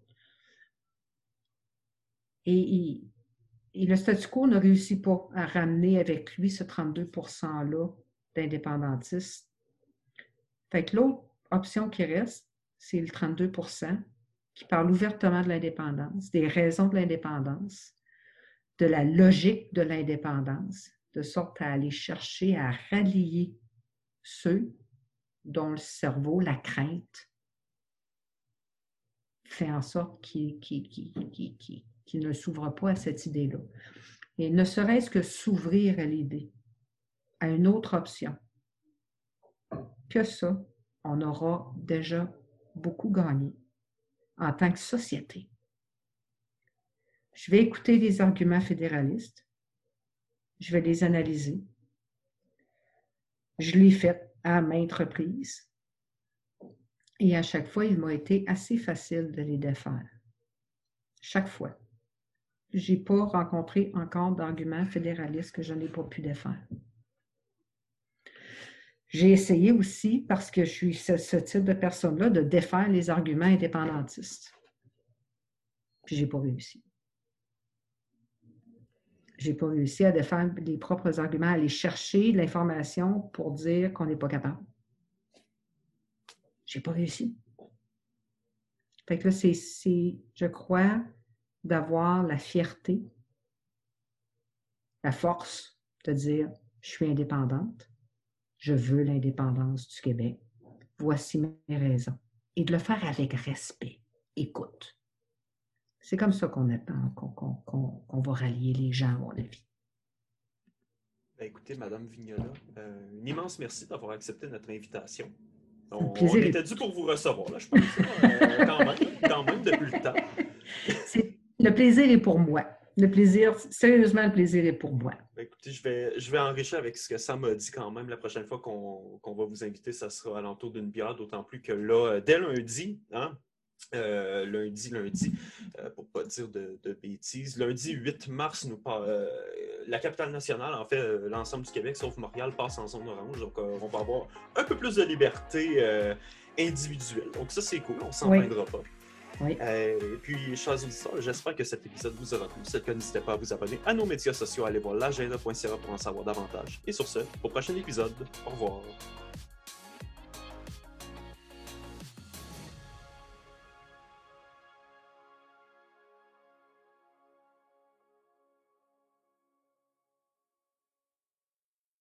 Et le statu quo ne réussit pas à ramener avec lui ce 32 %-là d'indépendantistes. Fait que l'autre option qui reste, c'est le 32 % qui parle ouvertement de l'indépendance, des raisons de l'indépendance, de la logique de l'indépendance, de sorte à aller chercher à rallier ceux dont le cerveau, la crainte, fait en sorte qu'ils ne s'ouvrent pas à cette idée-là. Et ne serait-ce que s'ouvrir à l'idée, à une autre option, que ça, on aura déjà beaucoup gagné en tant que société. Je vais écouter les arguments fédéralistes, je vais les analyser. Je l'ai fait à maintes reprises et à chaque fois, il m'a été assez facile de les défaire. Chaque fois. Je n'ai pas rencontré encore d'arguments fédéralistes que je n'ai pas pu défaire. J'ai essayé aussi, parce que je suis ce type de personne-là, de défaire les arguments indépendantistes. Puis je n'ai pas réussi. Je n'ai pas réussi à défaire les propres arguments, à aller chercher l'information pour dire qu'on n'est pas capable. Je n'ai pas réussi. Fait que là, c'est, je crois, d'avoir la fierté, la force de dire « je suis indépendante ». Je veux l'indépendance du Québec. Voici mes raisons. Et de le faire avec respect. Écoute. C'est comme ça qu'on va rallier les gens, à mon avis. Ben, écoutez, Madame Vignola, un immense merci d'avoir accepté notre invitation. On était dû pour vous recevoir, là, je pense. Quand même, depuis le temps. Le plaisir est pour moi. Le plaisir, sérieusement, le plaisir est pour moi. Écoutez, je vais enrichir avec ce que Sam m'a dit quand même. La prochaine fois qu'on va vous inviter, ça sera à l'entour d'une bière, d'autant plus que là, dès lundi, hein, lundi, pour ne pas dire de bêtises, lundi 8 mars, la capitale nationale, en fait, l'ensemble du Québec, sauf Montréal, passe en zone orange. Donc, on va avoir un peu plus de liberté individuelle. Donc, ça, c'est cool. On ne s'en plaindra pas. Oui. Et puis, chers auditeurs, j'espère que cet épisode vous aura plu. Si c'est le cas, n'hésitez pas à vous abonner à nos médias sociaux, à aller voir l'agenda.ca pour en savoir davantage. Et sur ce, au prochain épisode, au revoir.